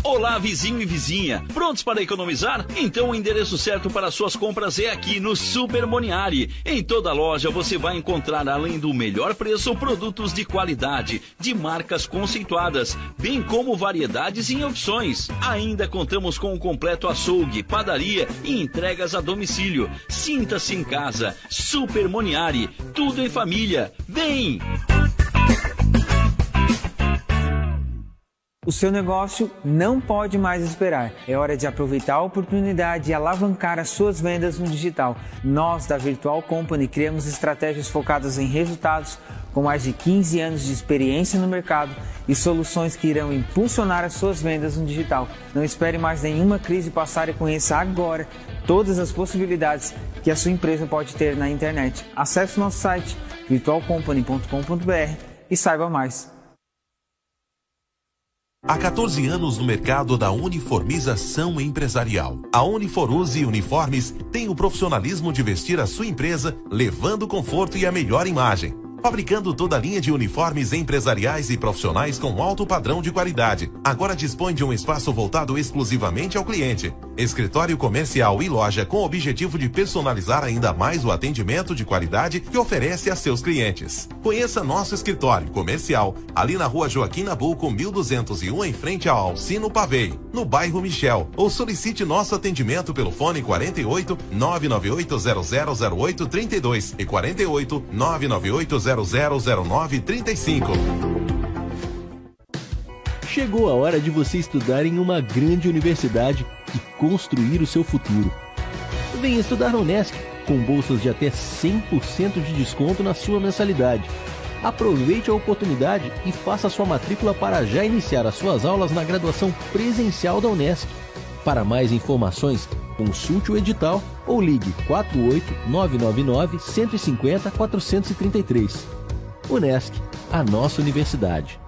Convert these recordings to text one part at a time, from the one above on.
Olá, vizinho e vizinha. Prontos para economizar? Então o endereço certo para suas compras é aqui no Super Moniari. Em toda loja você vai encontrar, além do melhor preço, produtos de qualidade, de marcas conceituadas, bem como variedades e opções. Ainda contamos com um completo açougue, padaria e entregas a domicílio. Sinta-se em casa. Super Moniari. Tudo em família. Vem! O seu negócio não pode mais esperar. É hora de aproveitar a oportunidade e alavancar as suas vendas no digital. Nós, da Virtual Company, criamos estratégias focadas em resultados com mais de 15 anos de experiência no mercado e soluções que irão impulsionar as suas vendas no digital. Não espere mais nenhuma crise passar e conheça agora todas as possibilidades que a sua empresa pode ter na internet. Acesse nosso site virtualcompany.com.br e saiba mais. Há 14 anos no mercado da uniformização empresarial. A Uniforuse Uniformes tem o profissionalismo de vestir a sua empresa, levando conforto e a melhor imagem. Fabricando toda a linha de uniformes empresariais e profissionais com alto padrão de qualidade. Agora dispõe de um espaço voltado exclusivamente ao cliente. Escritório comercial e loja com o objetivo de personalizar ainda mais o atendimento de qualidade que oferece a seus clientes. Conheça nosso escritório comercial ali na rua Joaquim Nabuco, 1201, em frente ao Alcino Pavei, no bairro Michel. Ou solicite nosso atendimento pelo fone 48 998 0008 32 e 48 998 000935. Chegou a hora de você estudar em uma grande universidade e construir o seu futuro. Venha estudar na Unesc, com bolsas de até 100% de desconto na sua mensalidade. Aproveite a oportunidade e faça sua matrícula para já iniciar as suas aulas na graduação presencial da Unesc. Para mais informações, consulte o edital ou ligue 48 999 150 433. Unesc, a nossa universidade.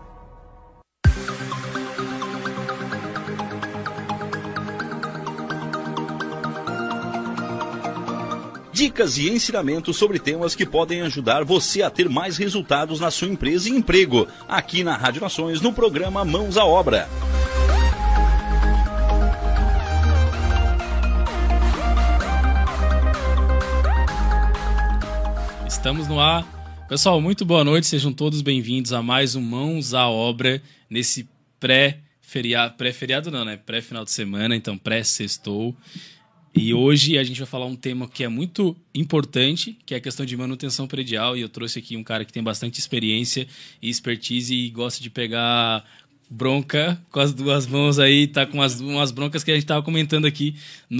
Dicas e ensinamentos sobre temas que podem ajudar você a ter mais resultados na sua empresa e emprego. Aqui na Rádio Nações, no programa Mãos à Obra. Estamos no ar. Pessoal, muito boa noite. Sejam todos bem-vindos a mais um Mãos à Obra nesse pré-feriado não, né? Pré-final de semana, então pré-sextou. E hoje a gente vai falar um tema que é muito importante, que é a questão de manutenção predial. E eu trouxe aqui um cara que tem bastante experiência e expertise e gosta de pegar bronca com as duas mãos aí, tá com umas broncas que a gente estava comentando aqui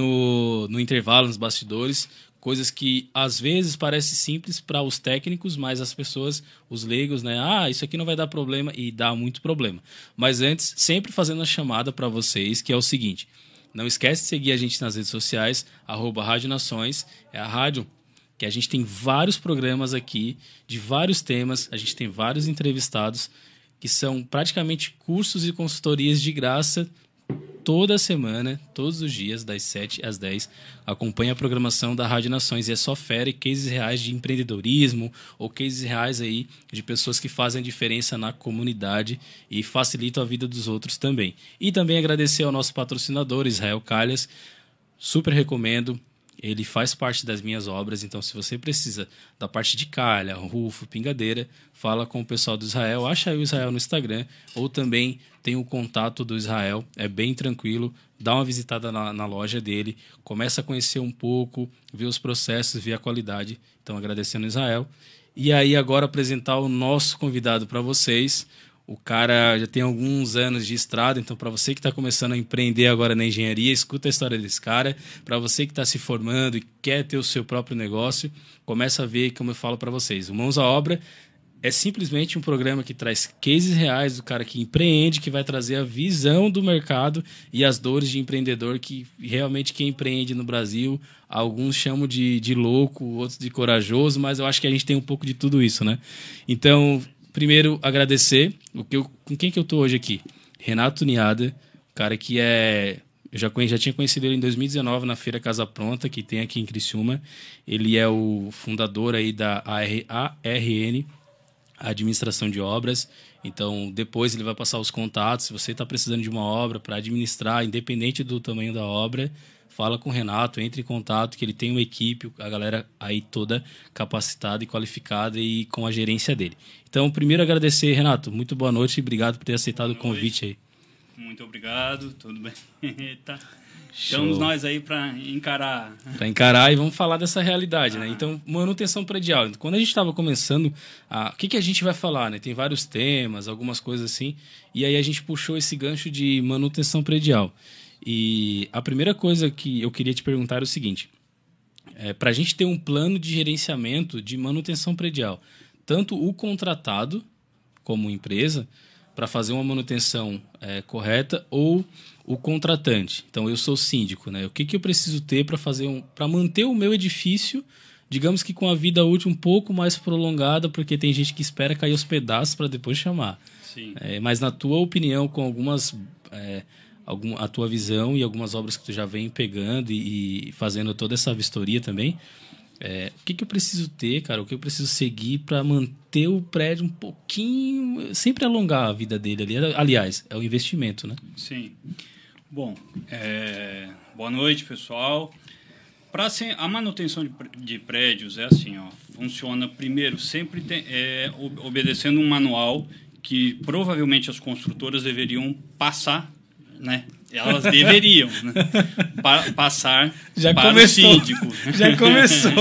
no intervalo, nos bastidores. Coisas que às vezes parecem simples para os técnicos, mas as pessoas, os leigos, né? Isso aqui não vai dar problema, e dá muito problema. Mas antes, sempre fazendo a chamada para vocês, que é o seguinte: não esquece de seguir a gente nas redes sociais, @Rádio Nações, é a rádio que a gente tem vários programas aqui, de vários temas, a gente tem vários entrevistados, que são praticamente cursos e consultorias de graça, toda semana, todos os dias, das 7 às 10, acompanha a programação da Rádio Nações e é só fera e cases reais de empreendedorismo ou cases reais aí de pessoas que fazem a diferença na comunidade e facilitam a vida dos outros também. E também agradecer ao nosso patrocinador, Israel Calhas, super recomendo. Ele faz parte das minhas obras, então se você precisa da parte de calha, rufo, pingadeira, fala com o pessoal do Israel, acha aí o Israel no Instagram, ou também tem o contato do Israel, é bem tranquilo, dá uma visitada na loja dele, começa a conhecer um pouco, ver os processos, ver a qualidade, então agradecendo o Israel. E aí agora apresentar o nosso convidado para vocês. O cara já tem alguns anos de estrada, então para você que está começando a empreender agora na engenharia, escuta a história desse cara. Para você que está se formando e quer ter o seu próprio negócio, começa a ver, como eu falo para vocês. O Mãos à Obra é simplesmente um programa que traz cases reais do cara que empreende, que vai trazer a visão do mercado e as dores de empreendedor, que realmente quem empreende no Brasil, alguns chamam de louco, outros de corajoso, mas eu acho que a gente tem um pouco de tudo isso, né? Então, primeiro, agradecer. Com quem que eu estou hoje aqui? Renato Niada, cara que eu já tinha conhecido ele em 2019 na Feira Casa Pronta, que tem aqui em Criciúma. Ele é o fundador aí da ARN, administração de obras. Então, depois ele vai passar os contatos. Se você está precisando de uma obra para administrar, independente do tamanho da obra, fala com o Renato, entre em contato, que ele tem uma equipe, a galera aí toda capacitada e qualificada e com a gerência dele. Então, primeiro agradecer, Renato. Muito boa noite e obrigado por ter aceitado o convite aí. Muito obrigado, tudo bem. Tá. Estamos nós aí para encarar. Para encarar e vamos falar dessa realidade, né? Então, manutenção predial. Quando a gente estava começando, o que a gente vai falar, né? Tem vários temas, algumas coisas assim, e aí a gente puxou esse gancho de manutenção predial. E a primeira coisa que eu queria te perguntar é o seguinte: para a gente ter um plano de gerenciamento de manutenção predial, tanto o contratado como empresa, para fazer uma manutenção correta, ou o contratante. Então, eu sou síndico, né? O que eu preciso ter para manter o meu edifício, digamos que com a vida útil um pouco mais prolongada, porque tem gente que espera cair os pedaços para depois chamar. Sim. Mas na tua opinião, com algumas... a tua visão e algumas obras que tu já vem pegando e fazendo toda essa vistoria também, o que eu preciso ter, cara? O que eu preciso seguir para manter o prédio um pouquinho... Sempre alongar a vida dele ali. Aliás, é o investimento, né? Sim. Bom, boa noite, pessoal. A manutenção de prédios é assim, ó, funciona primeiro, sempre obedecendo um manual que provavelmente as construtoras deveriam passar, né? Elas deveriam, né? Passar para o síndico. Já começou.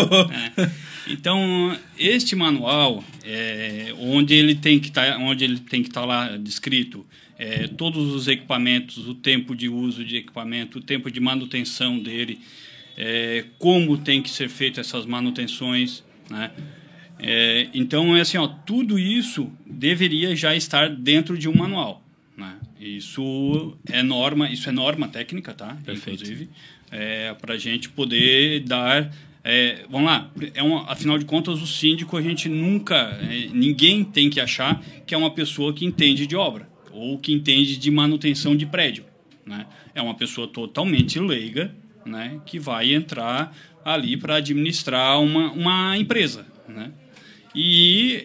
Então, este manual, onde ele tem que estar lá descrito todos os equipamentos, o tempo de uso de equipamento, o tempo de manutenção dele, como tem que ser feito essas manutenções, né? Então, assim, ó, tudo isso deveria já estar dentro de um manual, né? Isso é norma técnica, tá? Perfeito. Inclusive, para a gente poder dar... vamos lá, afinal de contas, o síndico, a gente nunca... ninguém tem que achar que é uma pessoa que entende de obra ou que entende de manutenção de prédio, né? É uma pessoa totalmente leiga, né, que vai entrar ali para administrar uma empresa, né? E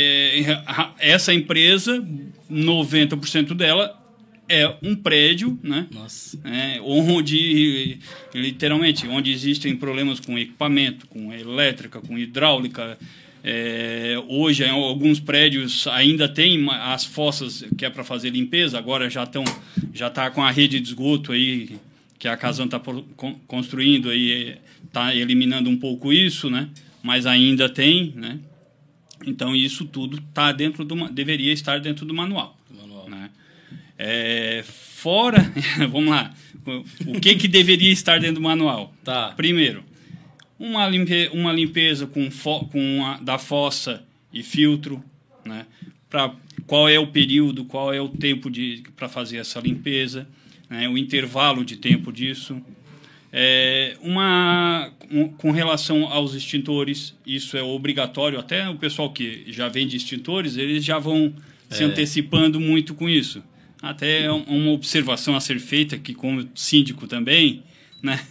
essa empresa, 90% dela é um prédio, né? Nossa. Onde, literalmente, onde existem problemas com equipamento, com elétrica, com hidráulica. Hoje, em alguns prédios ainda tem as fossas que é para fazer limpeza, agora já está com a rede de esgoto aí, que a Casan está construindo, aí está eliminando um pouco isso, né? Mas ainda tem, né? Então, isso tudo deveria estar dentro do manual. Né? Fora, vamos lá, o que deveria estar dentro do manual? Tá. Primeiro, uma limpeza da fossa e filtro, né? Qual é o período, qual é o tempo para fazer essa limpeza, né? O intervalo de tempo disso. Com relação aos extintores, isso é obrigatório. Até o pessoal que já vende extintores, eles já vão se antecipando muito com isso. Até uma observação a ser feita, que como síndico também, né?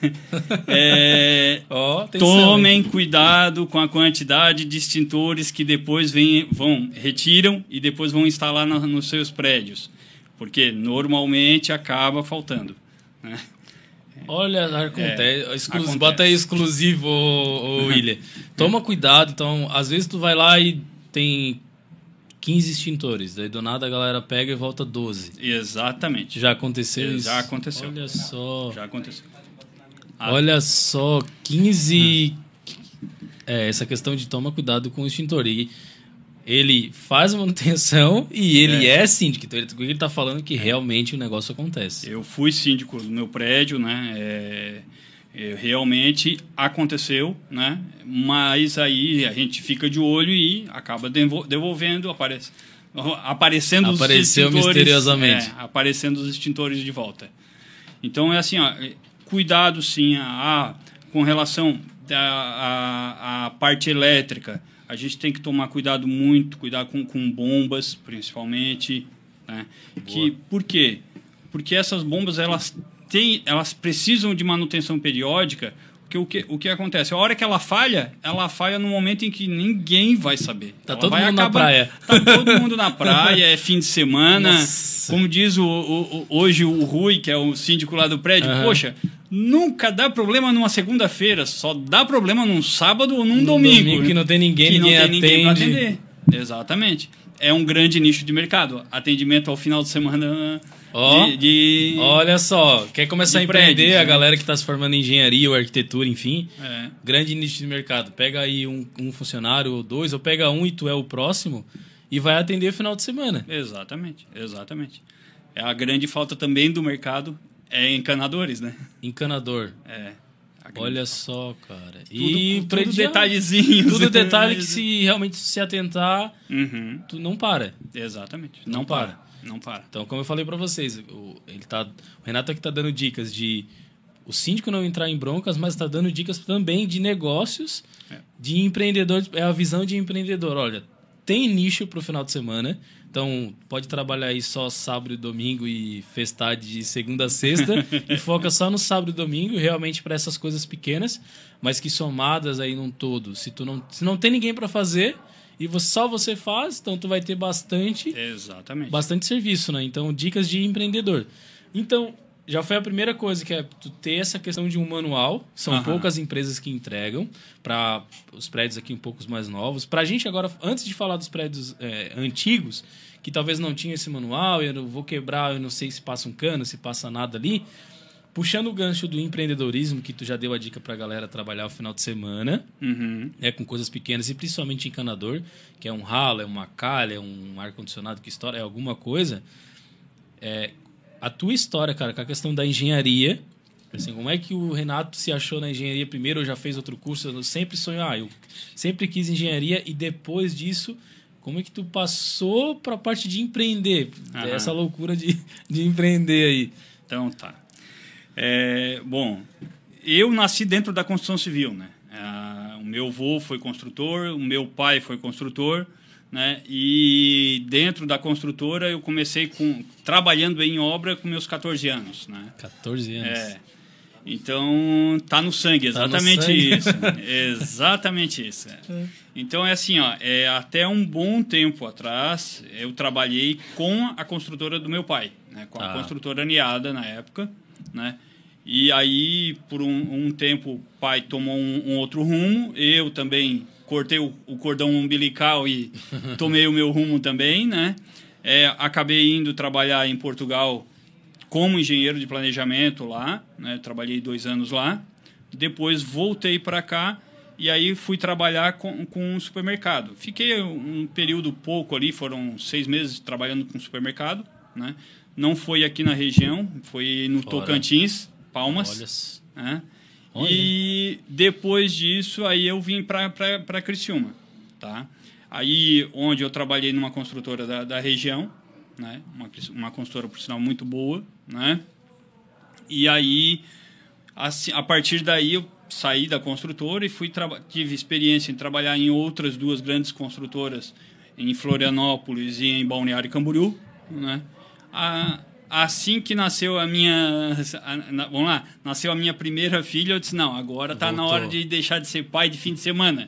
Tomem cuidado com a quantidade de extintores que depois retiram e depois vão instalar nos seus prédios, porque normalmente acaba faltando, né? Olha, acontece. Bota aí exclusivo, William. Toma cuidado. Então, às vezes tu vai lá e tem 15 extintores. Daí do nada a galera pega e volta 12. Exatamente. Já aconteceu isso? Já aconteceu. Olha só. Já aconteceu. Olha só, 15... essa questão de toma cuidado com o extintor. E ele faz manutenção e ele é síndico. Então ele está falando que realmente o negócio acontece. Eu fui síndico do meu prédio, né? Realmente aconteceu, né? Mas aí a gente fica de olho e acaba devolvendo, aparecendo os extintores. Misteriosamente. Aparecendo os extintores de volta. Então é assim, ó, cuidado sim com relação à parte elétrica. A gente tem que tomar muito cuidado com bombas, principalmente, né? Por quê? Porque essas bombas elas precisam de manutenção periódica, Porque o que acontece? A hora que ela falha no momento em que ninguém vai saber. Tá Ela todo vai mundo na praia. Tá todo mundo na praia, é fim de semana. Nossa. Como diz hoje o Rui, que é o síndico lá do prédio, poxa, nunca dá problema numa segunda-feira, só dá problema num sábado ou num domingo. Que não tem ninguém, que ninguém pra atende. atender. Exatamente. É um grande nicho de mercado. Atendimento ao final de semana... Olha só, quer começar a empreender, prédios, a né? galera que está se formando em engenharia ou arquitetura, enfim, É. grande nicho de mercado. Pega aí um funcionário ou dois, ou pega um e tu é o próximo e vai atender o final de semana. Exatamente. É a grande falta também do mercado é encanadores, né? Encanador. É. Olha só, cara. Tudo detalhezinho. Tudo detalhe que se realmente se atentar, tu não para. Exatamente. Não para. Não para. Então, como eu falei pra vocês, o Renato aqui tá dando dicas de o síndico não entrar em broncas, mas tá dando dicas também de negócios, de empreendedor, é a visão de empreendedor. Olha, tem nicho pro final de semana, então pode trabalhar aí só sábado e domingo e festar de segunda a sexta e foca só no sábado e domingo, realmente para essas coisas pequenas, mas que somadas aí num todo. Se não tem ninguém para fazer e só você faz, então tu vai ter bastante serviço, né? Então, dicas de empreendedor. Então, já foi a primeira coisa, que é tu ter essa questão de um manual. São poucas empresas que entregam para os prédios aqui um pouco mais novos. Para a gente agora, antes de falar dos prédios antigos, que talvez não tinha esse manual, eu vou quebrar, eu não sei se passa um cano, se passa nada ali. Puxando o gancho do empreendedorismo, que tu já deu a dica pra galera trabalhar o final de semana, com coisas pequenas, e principalmente encanador, que é um ralo, é uma calha, é um ar-condicionado que estoura, é alguma coisa. A tua história, cara, com a questão da engenharia, assim, como é que o Renato se achou na engenharia primeiro, ou já fez outro curso? Eu sempre sonhei, eu sempre quis engenharia, e depois disso, como é que tu passou pra parte de empreender? Essa loucura de empreender aí. Então, tá. Bom, eu nasci dentro da construção civil, né? O meu avô foi construtor, o meu pai foi construtor, né? E dentro da construtora eu comecei trabalhando em obra com meus 14 anos, né? 14 anos. Então, tá no sangue, exatamente isso. Exatamente isso. Então, é assim, até um bom tempo atrás, eu trabalhei com a construtora do meu pai, né? Com a construtora Niada, na época, né? E aí, por um tempo, o pai tomou um outro rumo. Eu também cortei o cordão umbilical e tomei o meu rumo também, né? Acabei indo trabalhar em Portugal como engenheiro de planejamento lá, né? Trabalhei 2 anos lá. Depois voltei para cá e aí fui trabalhar com um supermercado. Fiquei um período pouco ali, foram 6 meses trabalhando com supermercado, né? Não foi aqui na região, foi no Tocantins, Palmas. Olha. E depois disso, aí eu vim para Criciúma, tá? Aí, onde eu trabalhei numa construtora da região, né? Uma construtora, por sinal, muito boa, né? E aí, assim, a partir daí, eu saí da construtora e tive experiência em trabalhar em outras 2 grandes construtoras, em Florianópolis e em Balneário Camboriú, né? Assim que nasceu nasceu a minha primeira filha, eu disse, não, agora tá na hora de deixar de ser pai de fim de semana.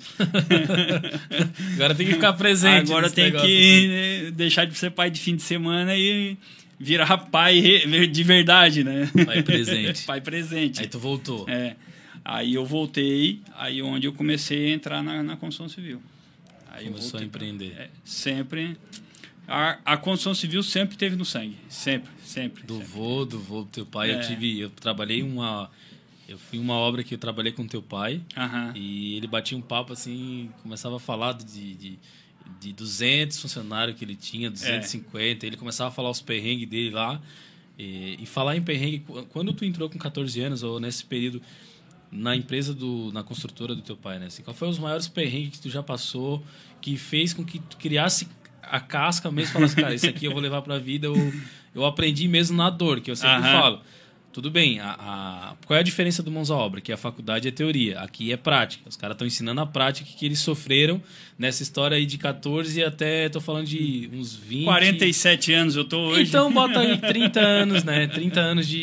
Agora tem que ficar presente. Agora tem que deixar de ser pai de fim de semana e virar pai de verdade, né? Pai presente. Pai presente. Aí tu voltou. Aí eu voltei, aí onde eu comecei a entrar na construção civil. Aí começou a empreender. Sempre... A construção civil sempre teve no sangue. Sempre. Do vô do teu pai. Eu trabalhei eu fui uma obra que eu trabalhei com teu pai. E ele batia um papo assim, começava a falar de 200 funcionários que ele tinha, 250. Ele começava a falar os perrengues dele lá. E falar em perrengue, quando tu entrou com 14 anos, ou nesse período, na empresa, na construtora do teu pai, né? Assim, qual foi os maiores perrengues que tu já passou, que fez com que tu criasse a casca mesmo, falasse, cara, isso aqui eu vou levar pra vida, eu aprendi mesmo na dor, que eu sempre falo. Tudo bem, qual é a diferença do mãos à obra? Que a faculdade é teoria, aqui é prática. Os caras estão ensinando a prática que eles sofreram nessa história aí de 14 até, tô falando de uns 20... 47 anos eu tô hoje. Então bota aí 30 anos, né? 30 anos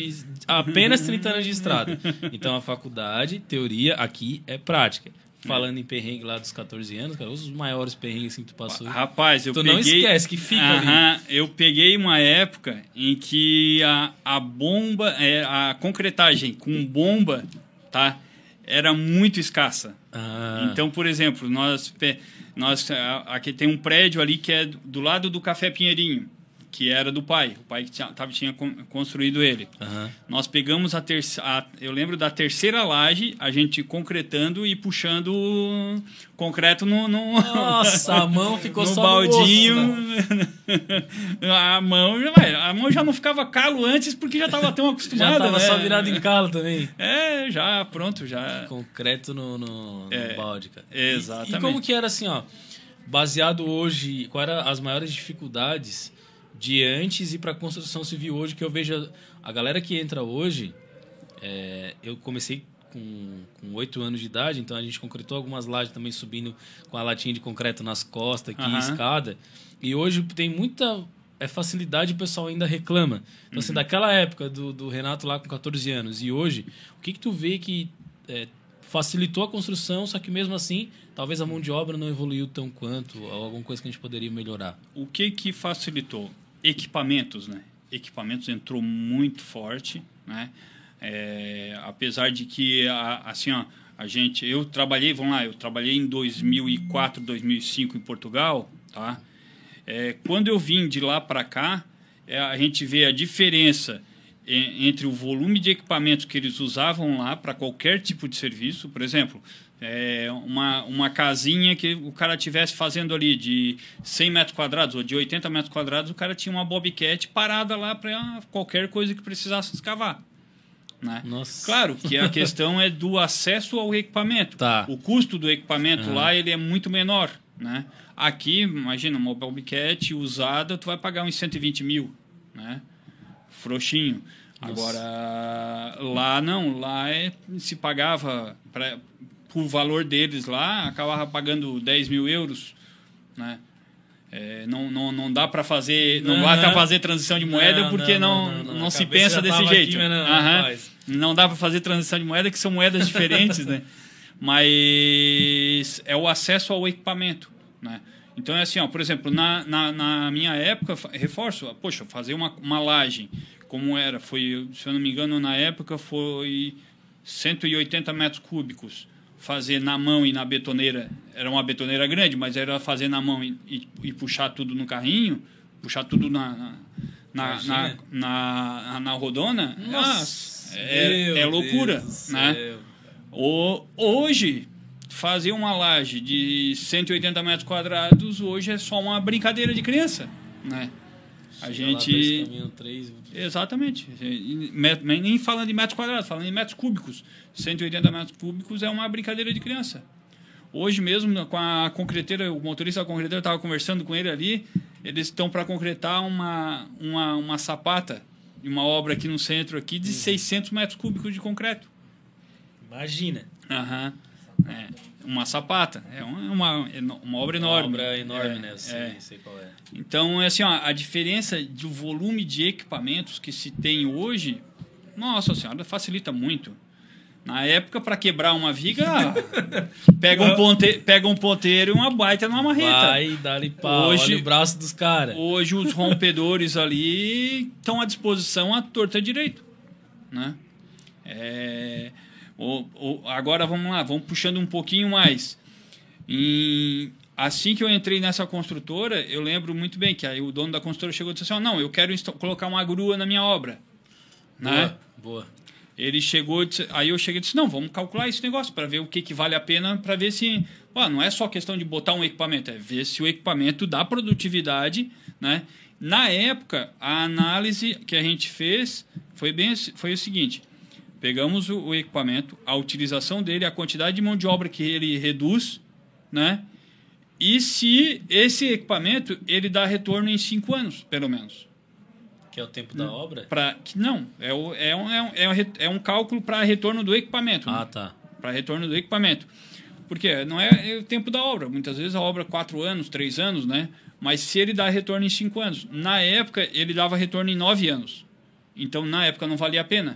apenas 30 anos de estrada. Então a faculdade, teoria, aqui é prática. Falando em perrengue lá dos 14 anos, cara, os maiores perrengues que tu passou. Rapaz, eu peguei... não esquece que fica ali. Eu peguei uma época em que a bomba, a concretagem com bomba, tá, era muito escassa. Então, por exemplo, nós aqui tem um prédio ali que é do lado do Café Pinheirinho, que era do pai. O pai que tinha construído ele. Nós pegamos eu lembro da terceira laje, a gente concretando e puxando concreto no Nossa, a mão ficou no só baldinho. No osso, né? a mão já não ficava calo antes porque já estava tão acostumada. Já tava né? só virado em calo também. Já, pronto, já. Concreto no balde, cara. Exatamente. E como que era assim, ó, baseado hoje, quais eram as maiores dificuldades de antes e para a construção civil hoje, que eu vejo a galera que entra hoje, eu comecei com 8 anos de idade, então a gente concretou algumas lajes também subindo com a latinha de concreto nas costas, aqui, escada, e hoje tem muita facilidade e o pessoal ainda reclama. Então, assim, daquela época do Renato lá com 14 anos e hoje, o que tu vê que facilitou a construção, só que mesmo assim, talvez a mão de obra não evoluiu tão quanto, ou alguma coisa que a gente poderia melhorar? O que facilitou? Equipamentos, né? Equipamentos entrou muito forte, né? Apesar de que, assim, ó, eu trabalhei em 2004, 2005 em Portugal, tá? Quando eu vim de lá para cá, a gente vê a diferença entre o volume de equipamentos que eles usavam lá para qualquer tipo de serviço. Por exemplo, uma casinha que o cara estivesse fazendo ali de 100 metros quadrados ou de 80 metros quadrados, o cara tinha uma bobcat parada lá para qualquer coisa que precisasse escavar. Né? Nossa. Claro que a questão é do acesso ao equipamento. Tá. O custo do equipamento lá ele é muito menor. Né? Aqui, imagina, uma bobcat usada, tu vai pagar uns 120 mil. Né? Frouxinho. Nossa. Agora, lá não. Lá se pagava... por valor deles lá, acabava pagando 10 mil euros, né? Não dá para fazer, não dá para fazer transição de moeda porque não se pensa desse jeito. Não dá para fazer transição de moeda, que são moedas diferentes, né? Mas é o acesso ao equipamento, né? Então é assim, ó, por exemplo, na minha época, reforço, poxa, fazer uma laje, como era, se eu não me engano, na época foi 180 metros cúbicos. Fazer na mão e na betoneira, era uma betoneira grande, mas era fazer na mão e puxar tudo no carrinho, puxar tudo na rodona. Nossa, é loucura, né? Hoje, fazer uma laje de 180 metros quadrados hoje é só uma brincadeira de criança, né? A gente... Exatamente. Nem falando de metros quadrados, falando em metros cúbicos. 180 metros cúbicos é uma brincadeira de criança. Hoje mesmo, com a concreteira, o motorista da concreteira estava conversando com ele ali, eles estão para concretar uma sapata de uma obra aqui no centro aqui de 600 metros cúbicos de concreto. Imagina. Uma sapata. É uma obra enorme. Uma obra enorme, né? Sei qual é. Então, assim, ó, a diferença do volume de equipamentos que se tem hoje, nossa senhora, facilita muito. Na época, para quebrar uma viga, pega um ponteiro e uma baita numa marreta. Vai, dá-lhe pau, olha o braço dos caras. Hoje, os rompedores ali estão à disposição à torta direito. Né? Agora, vamos lá, vamos puxando um pouquinho mais. Assim que eu entrei nessa construtora, eu lembro muito bem que aí o dono da construtora chegou e disse assim, não, eu quero colocar uma grua na minha obra. Boa. Ele chegou, aí eu cheguei e disse, não, vamos calcular esse negócio para ver o que vale a pena, para ver se... não é só questão de botar um equipamento, é ver se o equipamento dá produtividade. Né? Na época, a análise que a gente fez foi o seguinte, pegamos o equipamento, a utilização dele, a quantidade de mão de obra que ele reduz, né? E se esse equipamento ele dá retorno em 5 anos, pelo menos. Que é o tempo da obra? Não, é um cálculo para retorno do equipamento. Ah, né? Tá. Para retorno do equipamento. Porque não é o tempo da obra. Muitas vezes a obra é 4 anos, 3 anos, né? Mas se ele dá retorno em 5 anos. Na época, ele dava retorno em 9 anos. Então, na época, não valia a pena.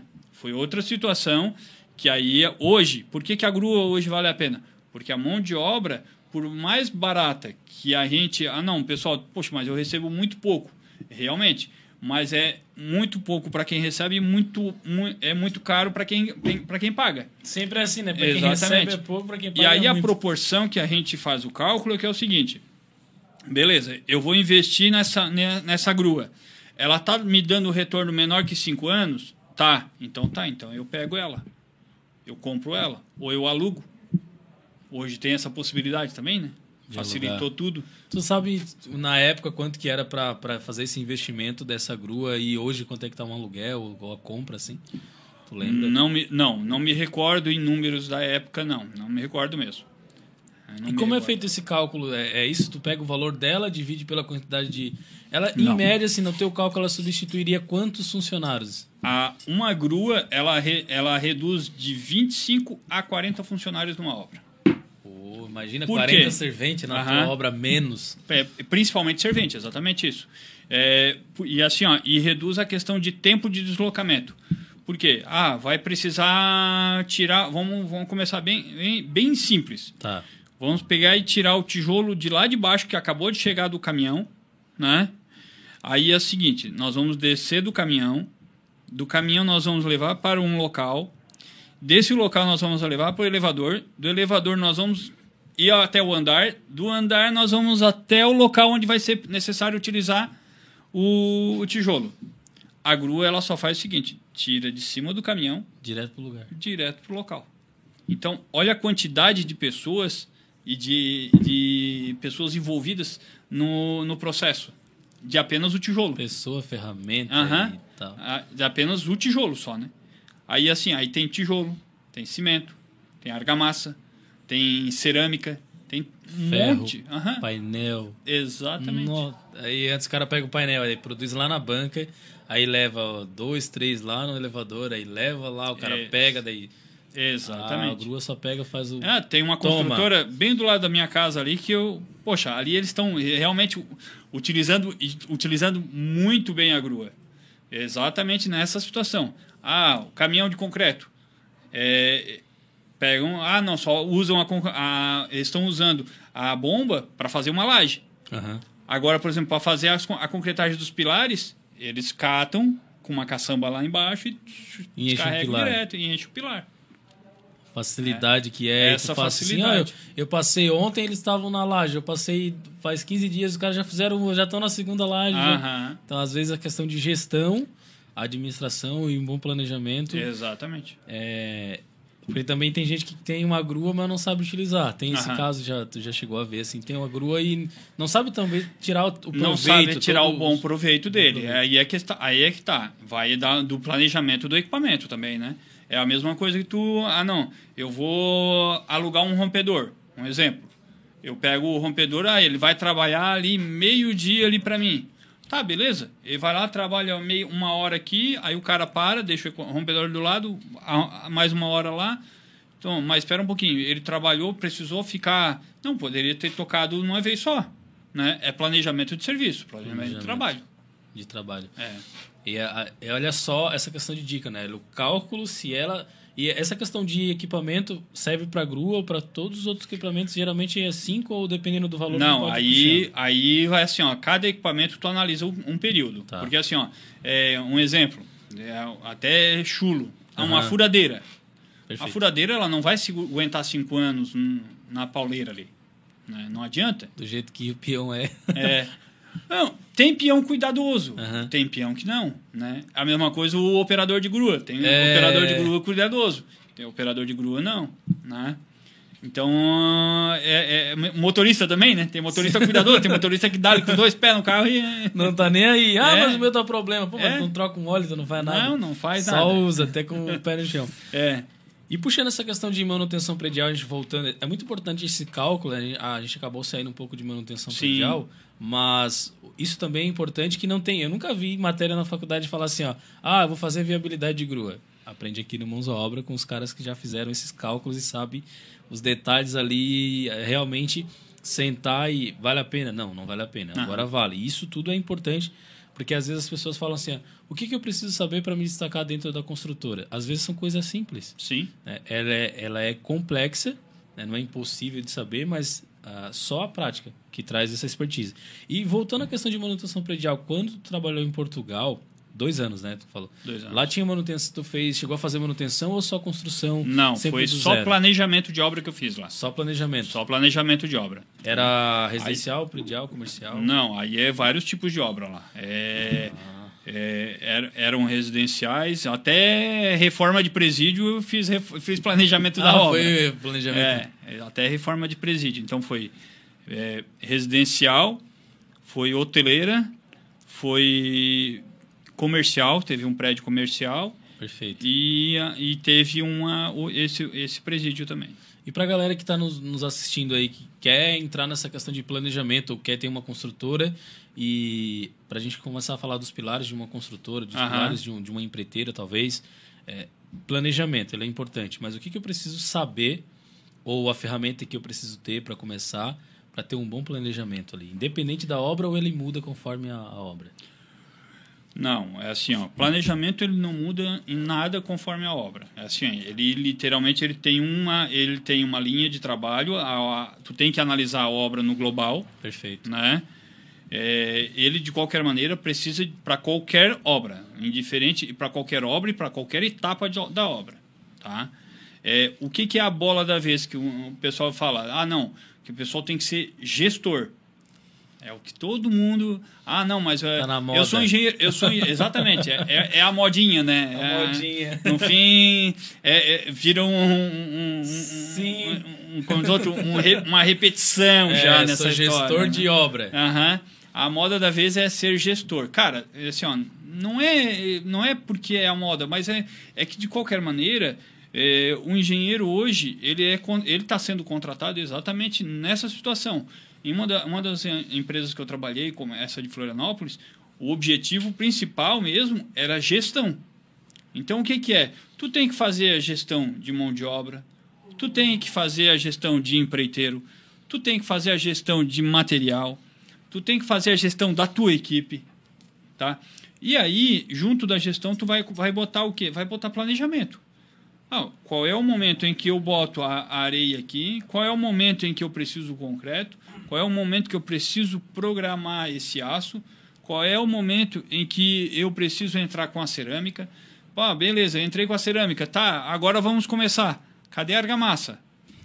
Foi outra situação que aí, hoje, por que a grua hoje vale a pena? Porque a mão de obra, por mais barata que a gente... Ah, não, pessoal, poxa, mas eu recebo muito pouco. Realmente, mas é muito pouco para quem recebe e é muito caro para quem paga. Sempre é assim, né? Para quem recebe é pouco, para quem paga e aí é muito. A proporção que a gente faz o cálculo é que é o seguinte: beleza, eu vou investir nessa grua. Ela tá me dando retorno menor que 5 anos? Tá, então eu pego ela. Eu compro ela, ou eu alugo. Hoje tem essa possibilidade também, né? Facilitou tudo. Tu sabe, na época, quanto que era para fazer esse investimento dessa grua e hoje quanto é que tá um aluguel ou a compra, assim? Tu lembra? Não me recordo em números da época, não me recordo mesmo. E como é feito esse cálculo? É isso? Tu pega o valor dela, divide pela quantidade de... Ela, em média, assim, no teu cálculo, ela substituiria quantos funcionários? Uma grua, ela reduz de 25 a 40 funcionários numa obra. Imagina 40 serventes na tua obra menos. Principalmente servente, exatamente isso. E assim, e reduz a questão de tempo de deslocamento. Por quê? Vai precisar tirar... Vamos começar bem simples. Tá. Vamos pegar e tirar o tijolo de lá de baixo que acabou de chegar do caminhão, né? Aí é o seguinte, nós vamos descer do caminhão nós vamos levar para um local, desse local nós vamos levar para o elevador, do elevador nós vamos ir até o andar, do andar nós vamos até o local onde vai ser necessário utilizar o tijolo. A grua ela só faz o seguinte, tira de cima do caminhão... Direto para o lugar. Direto para o local. Então, olha a quantidade de pessoas e de pessoas envolvidas no processo. De apenas o tijolo. Pessoa, ferramenta e tal. De apenas o tijolo só, né? Aí, assim, aí tem tijolo, tem cimento, tem argamassa, tem cerâmica, tem ferro, monte. Painel. Exatamente. Aí antes o cara pega o painel, aí produz lá na banca, aí leva 2, 3 lá no elevador, aí leva lá, o cara pega, daí... Exatamente. A grua só pega, faz o... tem uma construtora bem do lado da minha casa ali que Poxa, ali eles estão realmente utilizando muito bem a grua. Exatamente nessa situação. O caminhão de concreto. Pegam... não, só usam eles estão usando a bomba para fazer uma laje. Agora, por exemplo, para fazer a concretagem dos pilares, eles catam com uma caçamba lá embaixo e descarregam direto e enchem o pilar. Facilidade que é essa facilidade. Assim, eu passei ontem, eles estavam na laje. Eu passei faz 15 dias, os caras já estão na segunda laje. Então, às vezes, a questão de gestão, administração e um bom planejamento. Exatamente. Porque também tem gente que tem uma grua, mas não sabe utilizar. Tem esse caso, tu já chegou a ver, assim, tem uma grua e não sabe também tirar o proveito. Não sabe tirar o bom proveito dele. Aí é que tá. Vai do planejamento do equipamento também, né? É a mesma coisa que tu... eu vou alugar um rompedor. Um exemplo. Eu pego o rompedor, ele vai trabalhar ali meio-dia ali para mim. Tá, beleza. Ele vai lá, trabalha uma hora aqui, aí o cara para, deixa o rompedor do lado, mais uma hora lá. Então, mas espera um pouquinho. Ele trabalhou, precisou ficar... Não, poderia ter tocado uma vez só. Né? É planejamento de serviço, planejamento de trabalho. De trabalho. E olha só essa questão de dica, né? O cálculo, se ela... E essa questão de equipamento serve para grua ou para todos os outros equipamentos? Geralmente é 5 ou dependendo do valor? Não, aí vai assim, cada equipamento tu analisa um período. Tá. Porque assim, um exemplo, até chulo, uma furadeira. Perfeito. A furadeira ela não vai aguentar 5 anos na pauleira ali. Né? Não adianta. Do jeito que o peão é. Não, tem peão cuidadoso, tem peão que não, né? A mesma coisa o operador de grua, tem operador de grua cuidadoso, tem operador de grua não, né? Então, motorista também, né? Tem motorista cuidadoso, tem motorista que dá ali com 2 pés no carro e... Não tá nem aí. Mas o meu tá problema. Pô, mas não troca um óleo, tu não faz nada. Não faz nada. Só usa, até com o pé no chão. E puxando essa questão de manutenção predial, a gente voltando, é muito importante esse cálculo, a gente acabou saindo um pouco de manutenção predial, mas isso também é importante que não tem... Eu nunca vi matéria na faculdade falar assim, eu vou fazer viabilidade de grua. Aprende aqui no Mãos à Obra com os caras que já fizeram esses cálculos e sabem os detalhes ali realmente sentar e vale a pena? Não, não vale a pena. Agora vale. Isso tudo é importante, porque às vezes as pessoas falam assim, o que eu preciso saber para me destacar dentro da construtora? Às vezes são coisas simples. Sim. Ela é complexa, né? Não é impossível de saber, mas só a prática que traz essa expertise. E voltando à questão de manutenção predial, quando tu trabalhou em Portugal, 2 anos, né? Tu falou. 2 anos. Lá tinha manutenção, chegou a fazer manutenção ou só construção? Não, foi só planejamento de obra que eu fiz lá. Só planejamento? Só planejamento de obra. Era residencial, predial, comercial? Não, aí é vários tipos de obra lá. Eram residenciais, até reforma de presídio eu fiz planejamento da obra. Foi planejamento. Até reforma de presídio. Então foi residencial, foi hoteleira, foi comercial, teve um prédio comercial. Perfeito. E teve esse presídio também. E para a galera que está nos assistindo aí, que quer entrar nessa questão de planejamento, ou quer ter uma construtora, e para a gente começar a falar dos pilares de uma construtora, dos pilares de uma empreiteira, talvez, planejamento, ele é importante. Mas o que eu preciso saber, ou a ferramenta que eu preciso ter para começar, para ter um bom planejamento ali? Independente da obra, ou ele muda conforme a obra? Não, é assim, planejamento ele não muda em nada conforme a obra. É assim, ele literalmente ele tem uma linha de trabalho, tu tem que analisar a obra no global. Perfeito. Né? Ele de qualquer maneira precisa para qualquer obra, indiferente para qualquer obra e para qualquer etapa da obra, tá? O que é a bola da vez que o pessoal fala? Não, que o pessoal tem que ser gestor. É o que todo mundo... não, mas tá na moda. Eu sou engenheiro... Exatamente, é a modinha, né? A modinha. No fim, vira uma repetição já nessa história. Sou gestor de obra. A moda da vez é ser gestor. Cara, assim, não é porque é a moda, mas é que, de qualquer maneira, o engenheiro hoje, ele está sendo contratado exatamente nessa situação. Em uma das empresas que eu trabalhei, como essa de Florianópolis, o objetivo principal mesmo era gestão. Então, o que é? Tu tem que fazer a gestão de mão de obra, tu tem que fazer a gestão de empreiteiro, tu tem que fazer a gestão de material, tu tem que fazer a gestão da tua equipe, tá? E aí, junto da gestão, tu vai botar o quê? Vai botar planejamento. Qual é o momento em que eu boto a areia aqui? Qual é o momento em que eu preciso do concreto? Qual é o momento que eu preciso programar esse aço? Qual é o momento em que eu preciso entrar com a cerâmica? Beleza, entrei com a cerâmica. Tá, agora vamos começar. Cadê a argamassa?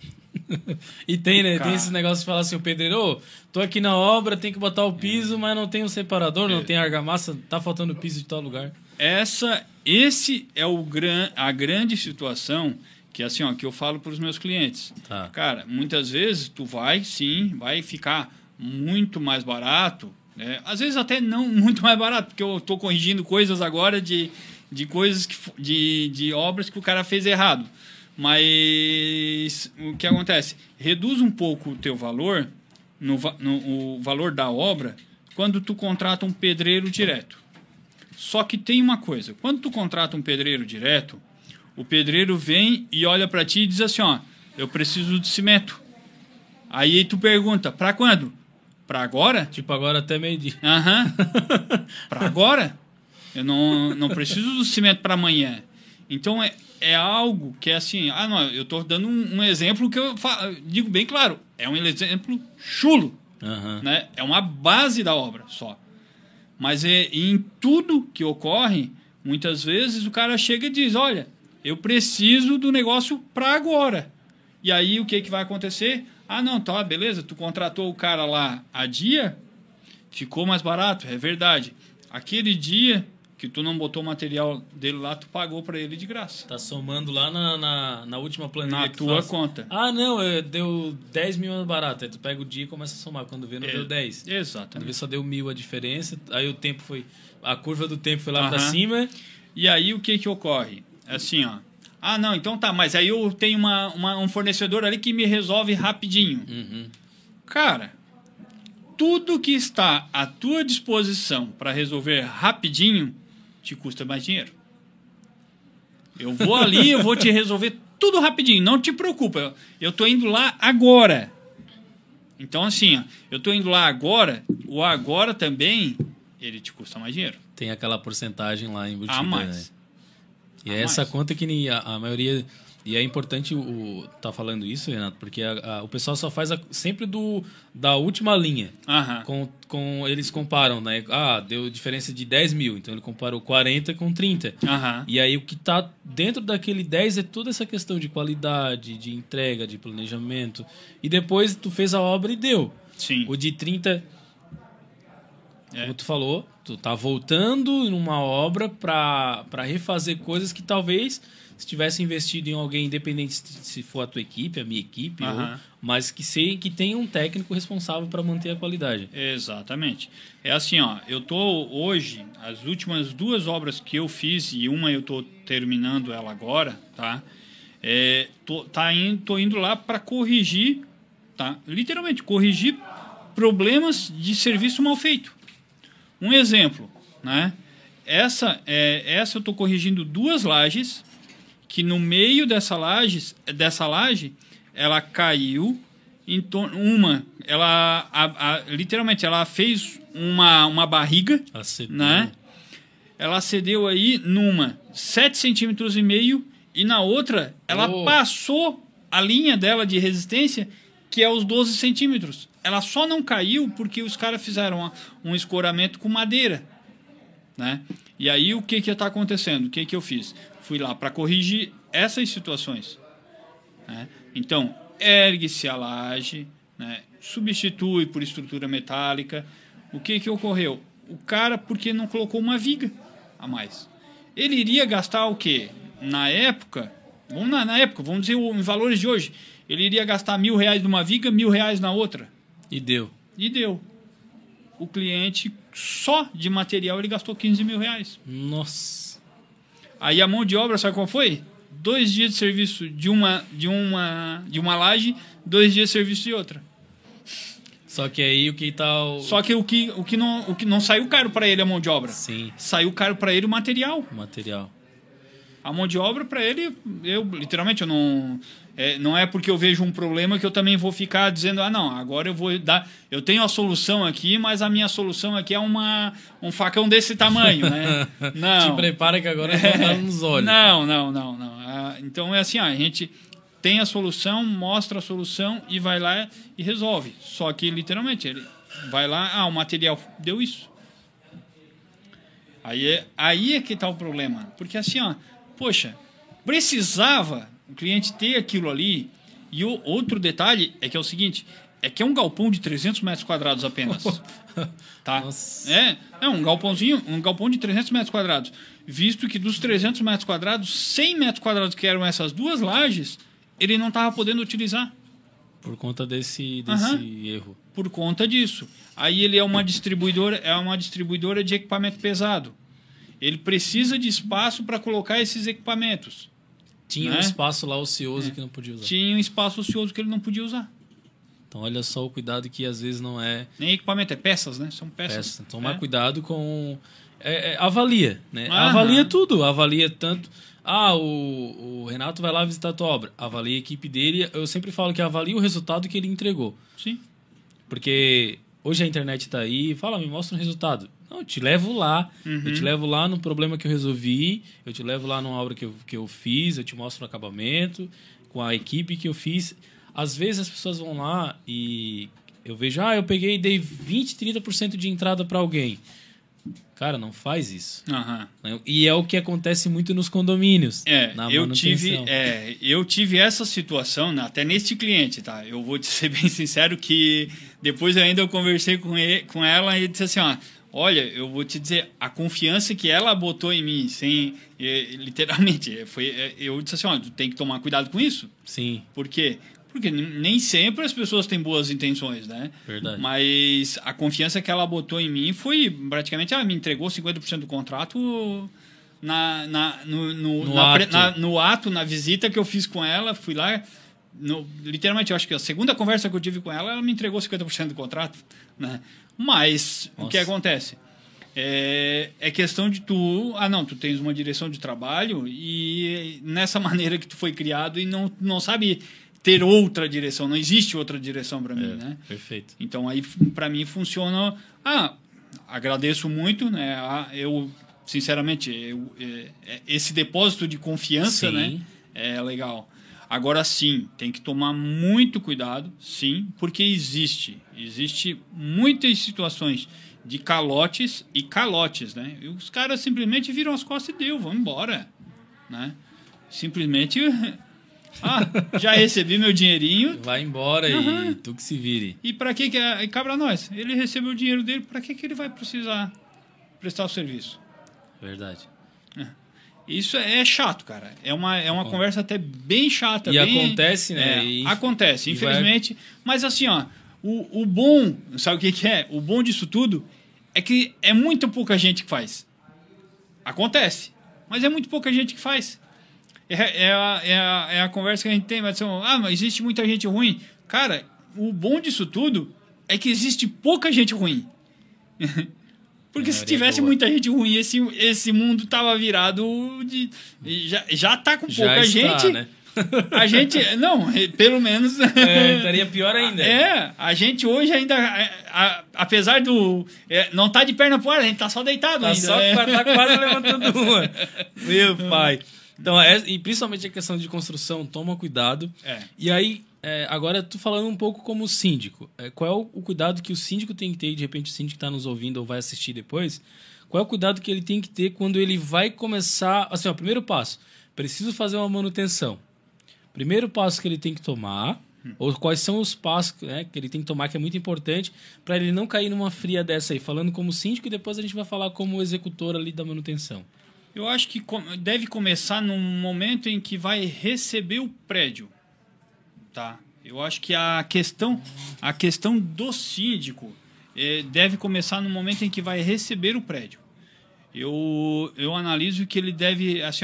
E tem, né? Tem esse negócio de falar assim, o pedreiro, tô aqui na obra, tem que botar o piso, mas não tem um separador, não tem argamassa, tá faltando piso de tal lugar. Esse é a grande situação que assim, que eu falo para os meus clientes. Tá. Cara, muitas vezes tu vai ficar muito mais barato, né? Às vezes até não muito mais barato, porque eu estou corrigindo coisas agora de coisas de obras que o cara fez errado. Mas o que acontece? Reduz um pouco o teu valor, o valor da obra, quando tu contrata um pedreiro direto. Só que tem uma coisa, quando tu contrata um pedreiro direto, o pedreiro vem e olha para ti e diz assim, eu preciso de cimento. Aí tu pergunta, para quando? Para agora? Tipo, agora até meio-dia. Para agora? Eu não preciso do cimento para amanhã. Então, é algo que é assim... não, eu estou dando um exemplo que eu digo bem claro. É um exemplo chulo. Né? É uma base da obra só. Mas em tudo que ocorre, muitas vezes o cara chega e diz, olha, eu preciso do negócio para agora. E aí o que vai acontecer? Não, tá, beleza, tu contratou o cara lá a dia, ficou mais barato, é verdade. Aquele dia que tu não botou o material dele lá, tu pagou para ele de graça. Tá somando lá na última planilha. Na tua conta. Não, deu 10 mil mais barato. Aí tu pega o dia e começa a somar. Quando vê, não deu 10. Exatamente. Quando vê, só deu 1.000 a diferença. Aí o tempo foi... A curva do tempo foi lá para cima. E aí o que ocorre? Assim, não, então tá, mas aí eu tenho um fornecedor ali que me resolve rapidinho. Cara, tudo que está à tua disposição para resolver rapidinho te custa mais dinheiro. Eu vou ali, eu vou te resolver tudo rapidinho, não te preocupa. Eu tô indo lá agora. Então, assim, ó, eu tô indo lá agora, o agora também, ele te custa mais dinheiro. Tem aquela porcentagem lá embutida, A mais. né? E é essa conta que a maioria... E é importante tá falando isso, Renato, porque o pessoal só faz sempre da última linha. Eles comparam, né? Deu diferença de 10 mil, então ele comparou 40 com 30. E aí o que está dentro daquele 10 é toda essa questão de qualidade, de entrega, de planejamento. E depois tu fez a obra e deu. Sim. O de 30, como tu falou, tu tá voltando numa obra para refazer coisas que talvez... se tivesse investido em alguém, independente se for a tua equipe, a minha equipe, mas que tenha um técnico responsável para manter a qualidade. Exatamente. É assim, ó, eu tô hoje, as últimas 2 obras que eu fiz, e uma eu tô terminando ela agora, tá? Tô indo lá para corrigir, tá? Literalmente, corrigir problemas de serviço mal feito. Um exemplo, né? Essa eu tô corrigindo 2 lajes, que no meio dessa laje, ela caiu, literalmente, ela fez uma barriga, né? Ela cedeu aí numa 7,5 centímetros e na outra ela passou a linha dela de resistência, que é os 12 centímetros. Ela só não caiu porque os caras fizeram um escoramento com madeira, né? E aí o que está acontecendo? O que eu fiz? Fui lá para corrigir essas situações, né? Então, ergue-se a laje, né? Substitui por estrutura metálica. O que ocorreu? O cara, porque não colocou uma viga a mais? Ele iria gastar o quê? Na época, vamos dizer em valores de hoje, ele iria gastar R$1.000 numa viga, R$1.000 na outra. E deu. O cliente, só de material, ele gastou R$15.000. Nossa. Aí a mão de obra, sabe qual foi? 2 dias de serviço de uma laje, 2 dias de serviço de outra. Só que aí o que tal... Só que o que não saiu caro para ele a mão de obra. Sim. Saiu caro para ele o material. A mão de obra para ele, literalmente, eu não... não é porque eu vejo um problema que eu também vou ficar dizendo, não, agora eu vou dar... Eu tenho a solução aqui, mas a minha solução aqui é um facão desse tamanho, né? Não. Te prepara que agora eu vou dar nos olhos. Não. Então é assim, a gente tem a solução, mostra a solução e vai lá e resolve. Só que, literalmente, ele vai lá, o material deu isso. Aí é que está o problema. Porque assim, poxa, precisava o cliente ter aquilo ali. E o outro detalhe é que é o seguinte, é que é um galpão de 300 metros quadrados apenas. Tá? É um galpão de 300 metros quadrados. Visto que dos 300 metros quadrados, 100 metros quadrados que eram essas 2 lajes, ele não estava podendo utilizar. Por conta desse erro. Por conta disso. Aí ele é uma distribuidora de equipamento pesado. Ele precisa de espaço para colocar esses equipamentos. Tinha um espaço lá ocioso que não podia usar. Tinha um espaço ocioso que ele não podia usar. Então, olha só o cuidado que às vezes não é... Nem equipamento, é peças, né? São peças. Tomar cuidado com... avalia, né? Avalia tudo. Avalia tanto... o Renato vai lá visitar a tua obra. Avalia a equipe dele. Eu sempre falo que avalia o resultado que ele entregou. Sim. Porque hoje a internet está aí. Fala, me mostra um resultado. Não, eu te levo lá. Eu te levo lá no problema que eu resolvi. Eu te levo lá numa obra que eu fiz. Eu te mostro o acabamento com a equipe que eu fiz. Às vezes as pessoas vão lá e eu vejo, eu peguei e dei 20%, 30% de entrada para alguém. Cara, não faz isso. E é o que acontece muito nos condomínios. Eu tive essa situação, até neste cliente, tá? Eu vou te ser bem sincero que depois eu conversei com ela e disse assim, olha, eu vou te dizer, a confiança que ela botou em mim, literalmente, eu disse assim, tu tem que tomar cuidado com isso. Sim. Por quê? Porque nem sempre as pessoas têm boas intenções, né? Verdade. Mas a confiança que ela botou em mim foi praticamente... me entregou 50% do contrato no ato, na visita que eu fiz com ela. Fui lá... literalmente, eu acho que a segunda conversa que eu tive com ela, ela me entregou 50% do contrato, né? Mas, o que acontece? É questão de tu tens uma direção de trabalho e nessa maneira que tu foi criado e não sabe ter outra direção. Não existe outra direção para mim, né? Perfeito. Então, aí, para mim, funciona... agradeço muito, né? Eu, sinceramente, esse depósito de confiança, né? É legal. Agora, sim, tem que tomar muito cuidado, sim, porque existe muitas situações de calotes e calotes, né? E os caras simplesmente viram as costas e vão embora, né? Simplesmente, já recebi meu dinheirinho. Vai embora e tu que se vire. E para que cabra nós? Ele recebeu o dinheiro dele, para que ele vai precisar prestar o serviço? Verdade. Isso é chato, cara. É uma conversa até bem chata. E acontece, né? Acontece, infelizmente. Mas assim, o bom, sabe o que é? O bom disso tudo é que é muito pouca gente que faz. Acontece, mas é muito pouca gente que faz. É a conversa que a gente tem, mas existe muita gente ruim. Cara, o bom disso tudo é que existe pouca gente ruim. Porque se tivesse muita gente ruim, esse mundo tava virado de... Já tá com pouca gente. Né? A gente... Não, pelo menos... estaria pior ainda. A gente hoje ainda... apesar do... não tá de perna pro ar, a gente tá só deitado ainda. Tá quase levantando uma. Meu pai. Então, e principalmente a questão de construção, toma cuidado. E aí... agora, tu falando um pouco como síndico, qual é o cuidado que o síndico tem que ter, de repente o síndico está nos ouvindo ou vai assistir depois, qual é o cuidado que ele tem que ter quando ele vai começar, assim, primeiro passo, preciso fazer uma manutenção, primeiro passo que ele tem que tomar, ou quais são os passos que ele tem que tomar, que é muito importante, para ele não cair numa fria dessa aí, falando como síndico, e depois a gente vai falar como executor ali da manutenção. Eu acho que deve começar no momento em que vai receber o prédio. Tá. Eu acho que a questão do síndico deve começar no momento em que vai receber o prédio. Eu analiso que ele deve, assim,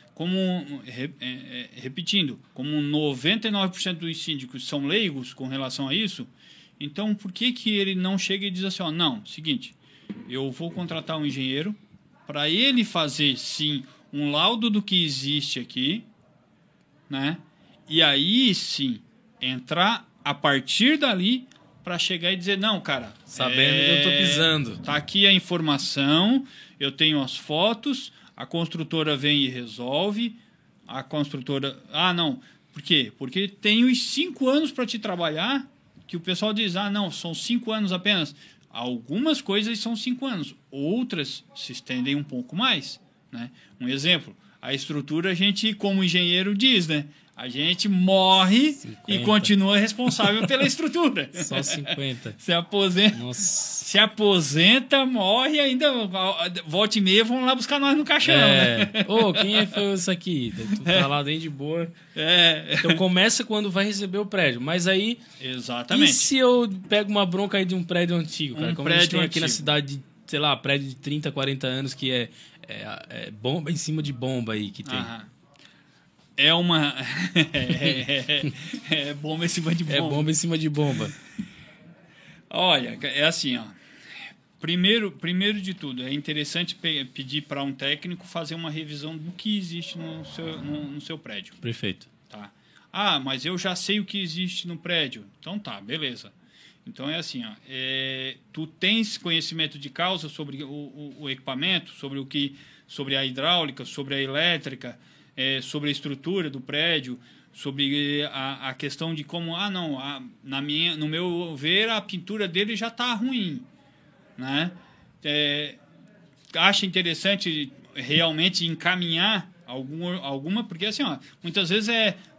repetindo, como 99% dos síndicos são leigos com relação a isso, então por que ele não chega e diz assim, não, seguinte, eu vou contratar um engenheiro para ele fazer, sim, um laudo do que existe aqui, né? E aí, sim, entrar a partir dali para chegar e dizer, não, cara... Sabendo que eu tô pisando. Tá aqui a informação, eu tenho as fotos, a construtora vem e resolve, a construtora... não, por quê? Porque tem os 5 anos para te trabalhar, que o pessoal diz, não, são 5 anos apenas. Algumas coisas são 5 anos, outras se estendem um pouco mais, né? Um exemplo, a estrutura a gente, como engenheiro, diz, né? A gente morre 50. E continua responsável pela estrutura. Só 50. Se aposenta. Nossa. Se aposenta, morre, ainda volta e meia vão lá buscar nós no caixão. Né? Quem foi isso aqui? Tu tá lá dentro de boa. Então começa quando vai receber o prédio. Mas aí. Exatamente. E se eu pego uma bronca aí de um prédio antigo, cara? Como a gente tem aqui na cidade, sei lá, prédio de 30, 40 anos que é bomba em cima de bomba aí que tem. É uma... é bomba em cima de bomba. É bomba em cima de bomba. Olha, é assim, Primeiro de tudo, é interessante pedir para um técnico fazer uma revisão do que existe no seu prédio. Perfeito. Tá. Mas eu já sei o que existe no prédio. Então tá, beleza. Então é assim, tu tens conhecimento de causa sobre o equipamento, sobre a hidráulica, sobre a elétrica, sobre a estrutura do prédio, sobre a questão de como, no meu ver, a pintura dele já está ruim, né? Acha interessante realmente encaminhar alguma, porque assim, muitas vezes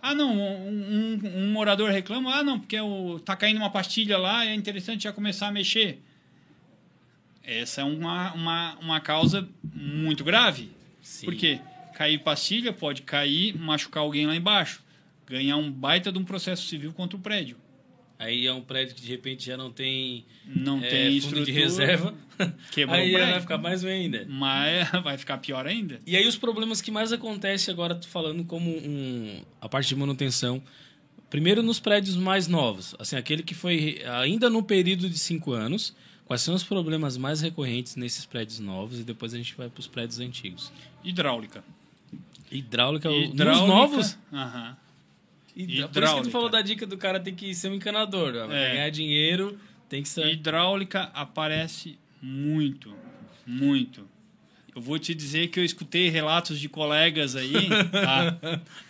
um morador reclama, porque tá caindo uma pastilha lá, é interessante já começar a mexer. Essa é uma causa muito grave. Sim. Por quê? Cair pastilha pode machucar alguém lá embaixo, ganhar um baita de um processo civil contra o prédio. Aí é um prédio que de repente já não tem fundo de reserva. Quebrou aí o prédio. Vai ficar mais ruim ainda. Mas vai ficar pior ainda. E aí os problemas que mais acontecem agora, tu falando como a parte de manutenção, primeiro nos prédios mais novos, assim, aquele que foi ainda no período de 5 anos, quais são os problemas mais recorrentes nesses prédios novos e depois a gente vai para os prédios antigos. Hidráulica nos novos? E por isso que tu falou da dica do cara tem que ser um encanador. Pra ganhar dinheiro, tem que ser... Hidráulica aparece muito, muito. Eu vou te dizer que eu escutei relatos de colegas aí, tá?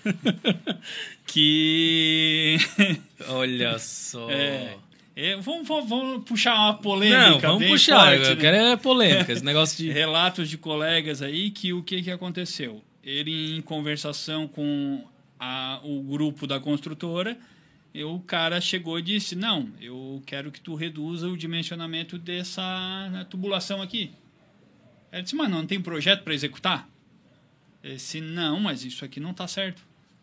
Que... Olha só... Vamos puxar uma polêmica. Não, vamos bem puxar. Forte, eu quero polêmica. Esse negócio de... Relatos de colegas aí que o que aconteceu? Ele, em conversação com o grupo da construtora, o cara chegou e disse, não, eu quero que tu reduza o dimensionamento dessa tubulação aqui. Ele disse, mas não tem projeto para executar? Ele disse, não, mas isso aqui não está certo.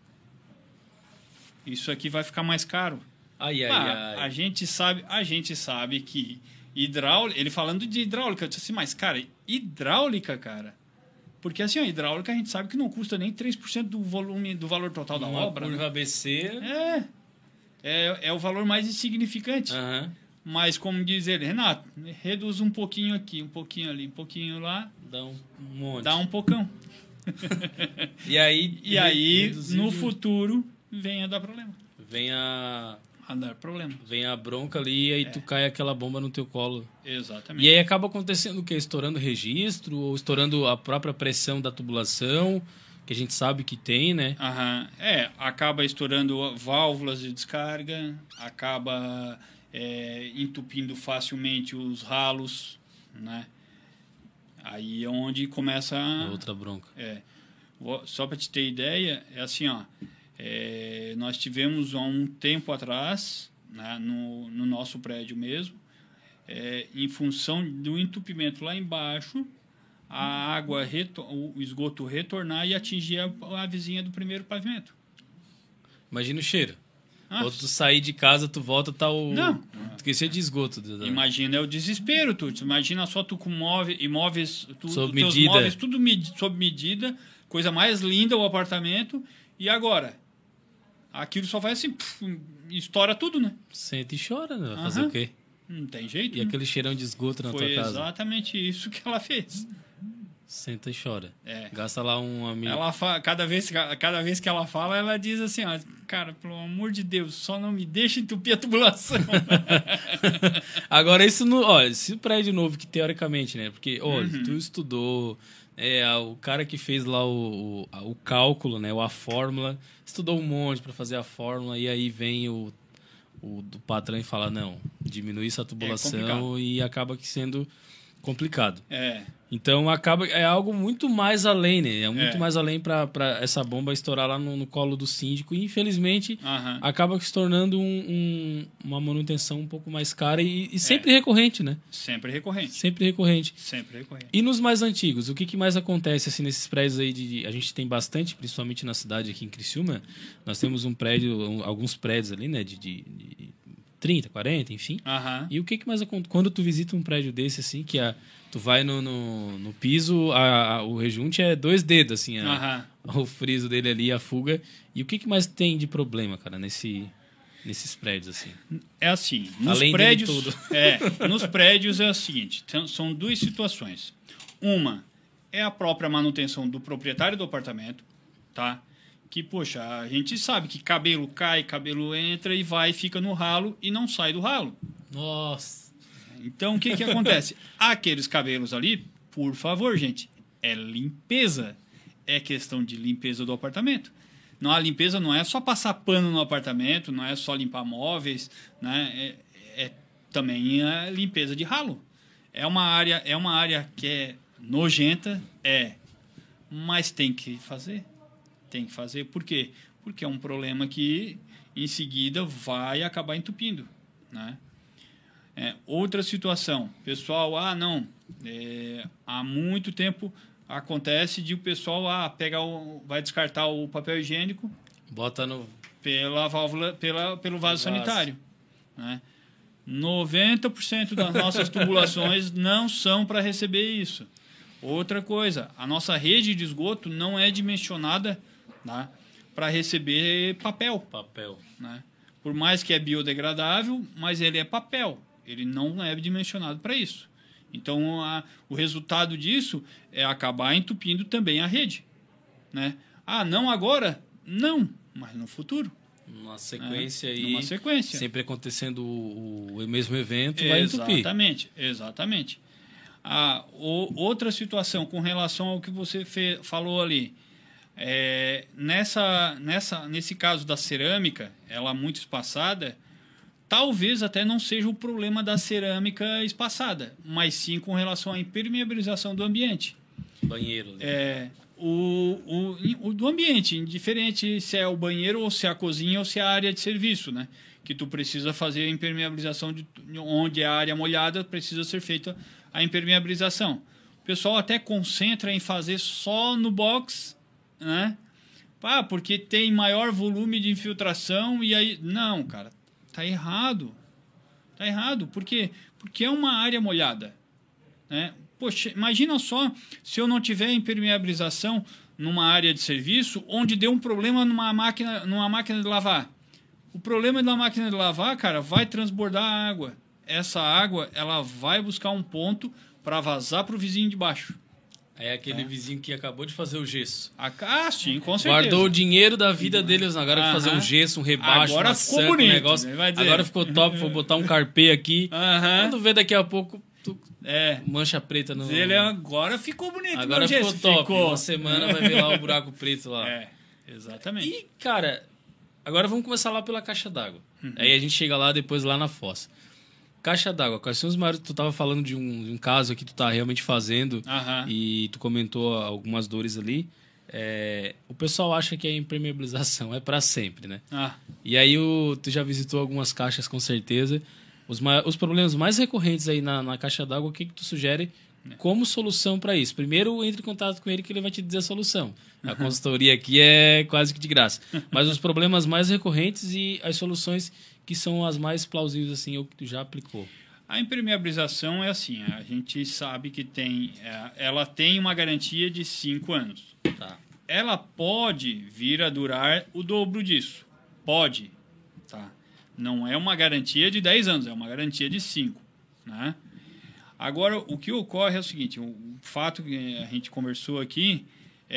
Isso aqui vai ficar mais caro. A gente sabe que hidráulica... Ele falando de hidráulica, eu disse assim, mas, cara, hidráulica, cara... Porque, assim, a hidráulica a gente sabe que não custa nem 3% do volume, do valor total da obra. Curva ABC... É o valor mais insignificante. Uhum. Mas, como diz ele, Renato, reduz um pouquinho aqui, um pouquinho ali, um pouquinho lá. Dá um monte. Dá um pocão. E aí no futuro, vem a dar problema. Vem a dar problema. Vem a bronca ali e aí tu cai aquela bomba no teu colo. Exatamente. E aí acaba acontecendo o quê? Estourando o registro ou estourando a própria pressão da tubulação, que a gente sabe que tem, né? Acaba estourando válvulas de descarga, acaba entupindo facilmente os ralos, né? Aí é onde começa outra bronca. Só para te ter ideia, é assim, ó. Nós tivemos há um tempo atrás, né, no nosso prédio mesmo, em função do entupimento lá embaixo, a água, o esgoto retornar e atingir a vizinha do primeiro pavimento. Imagina o cheiro. Ou tu sair de casa, tu volta, tá o... Não. Esquecer de esgoto. Imagina, é o desespero, tu. Imagina só tu com imóveis... Sob teus medida. Móveis, tudo sob medida. Coisa mais linda o apartamento. E agora? Aquilo só vai assim... estoura tudo, né? Senta e chora, né? Vai fazer o quê? Não tem jeito. E aquele cheirão de esgoto na tua casa. Foi exatamente isso que ela fez. Senta e chora. Gasta lá um amigo. Cada vez que ela fala, ela diz assim, ó, cara, pelo amor de Deus, só não me deixa entupir a tubulação. Agora, isso esse prédio novo que teoricamente, né? Porque, tu estudou, o cara que fez lá o cálculo, né? A fórmula, estudou um monte para fazer a fórmula e aí vem o do patrão e fala, não, diminui essa tubulação e acaba sendo complicado. Então, é algo muito mais além, né? É muito mais além para essa bomba estourar lá no colo do síndico. E, infelizmente, acaba se tornando uma manutenção um pouco mais cara e sempre recorrente, né? Sempre recorrente. Sempre recorrente. Sempre recorrente. E nos mais antigos, o que mais acontece assim, nesses prédios aí? A gente tem bastante, principalmente na cidade aqui em Criciúma. Nós temos alguns prédios ali, né? De 30, 40, enfim. E o que mais acontece? Quando tu visita um prédio desse, assim, que tu vai no piso, o rejunte é 2 dedos, assim, o friso dele ali, a fuga. E o que mais tem de problema, cara, nesses prédios, assim? É assim, nos prédios é o seguinte, são 2 situações. Uma é a própria manutenção do proprietário do apartamento, tá? Que, poxa, a gente sabe que cabelo cai, cabelo entra e vai, fica no ralo e não sai do ralo. Nossa! Então, o que acontece? Aqueles cabelos ali, por favor, gente, é limpeza. É questão de limpeza do apartamento. Não, a limpeza não é só passar pano no apartamento, não é só limpar móveis, né? É também a limpeza de ralo. É uma área que é nojenta, mas tem que fazer. Tem que fazer. Por quê? Porque é um problema que, em seguida, vai acabar entupindo, né? Outra situação. Pessoal, há muito tempo acontece de o pessoal vai descartar o papel higiênico, bota pela válvula, pelo vaso sanitário, né? 90% das nossas tubulações não são para receber isso. Outra coisa, a nossa rede de esgoto não é dimensionada, né, para receber papel, né? Por mais que é biodegradável, mas ele é papel. Ele não é dimensionado para isso. Então, o resultado disso é acabar entupindo também a rede, né? Não agora? Não, mas no futuro. Uma sequência aí. Uma sequência. Sempre acontecendo o mesmo evento, vai entupir. Exatamente. Outra situação com relação ao que você falou ali. Nesse caso da cerâmica, ela muito espaçada, talvez até não seja o problema da cerâmica espaçada, mas sim com relação à impermeabilização do ambiente. Banheiro. O do ambiente, indiferente se é o banheiro ou se é a cozinha ou se é a área de serviço, né? Que tu precisa fazer a impermeabilização onde é a área molhada, precisa ser feita a impermeabilização. O pessoal até concentra em fazer só no box, né? Porque tem maior volume de infiltração e aí... Não, cara, tá errado. Tá errado. Por quê? Porque é uma área molhada, né? Poxa, imagina só se eu não tiver impermeabilização numa área de serviço onde deu um problema numa máquina de lavar. O problema da máquina de lavar, cara, vai transbordar a água. Essa água, ela vai buscar um ponto para vazar para o vizinho de baixo. É aquele vizinho que acabou de fazer o gesso. Sim, com certeza. Guardou o dinheiro da vida deles. Agora vai fazer um gesso, um rebaixo, agora uma ficou sanca, bonito, um negócio. vai dizer. Agora ficou top, vou botar um carpê aqui. Quando vê daqui a pouco, mancha preta no... Ele agora ficou bonito. Agora ficou top. Uma semana vai ver lá o buraco preto lá. Exatamente. E, cara, agora vamos começar lá pela caixa d'água. Aí a gente chega lá, depois lá na fossa. Caixa d'água, quais são os maiores... Tu tava falando de um caso que tu tá realmente fazendo e tu comentou algumas dores ali. O pessoal acha que a impermeabilização é para sempre, né? E aí tu já visitou algumas caixas com certeza. Os problemas mais recorrentes aí na caixa d'água, o que tu sugere como solução para isso? Primeiro, entre em contato com ele que ele vai te dizer a solução. A consultoria aqui é quase que de graça. Mas os problemas mais recorrentes e as soluções que são as mais plausíveis, assim, ou que tu já aplicou. A impermeabilização é assim, a gente sabe que ela tem uma garantia de 5 anos. Tá. Ela pode vir a durar o dobro disso. Pode. Tá. Não é uma garantia de 10 anos, é uma garantia de 5. Né? Agora, o que ocorre é o seguinte, o fato que a gente conversou aqui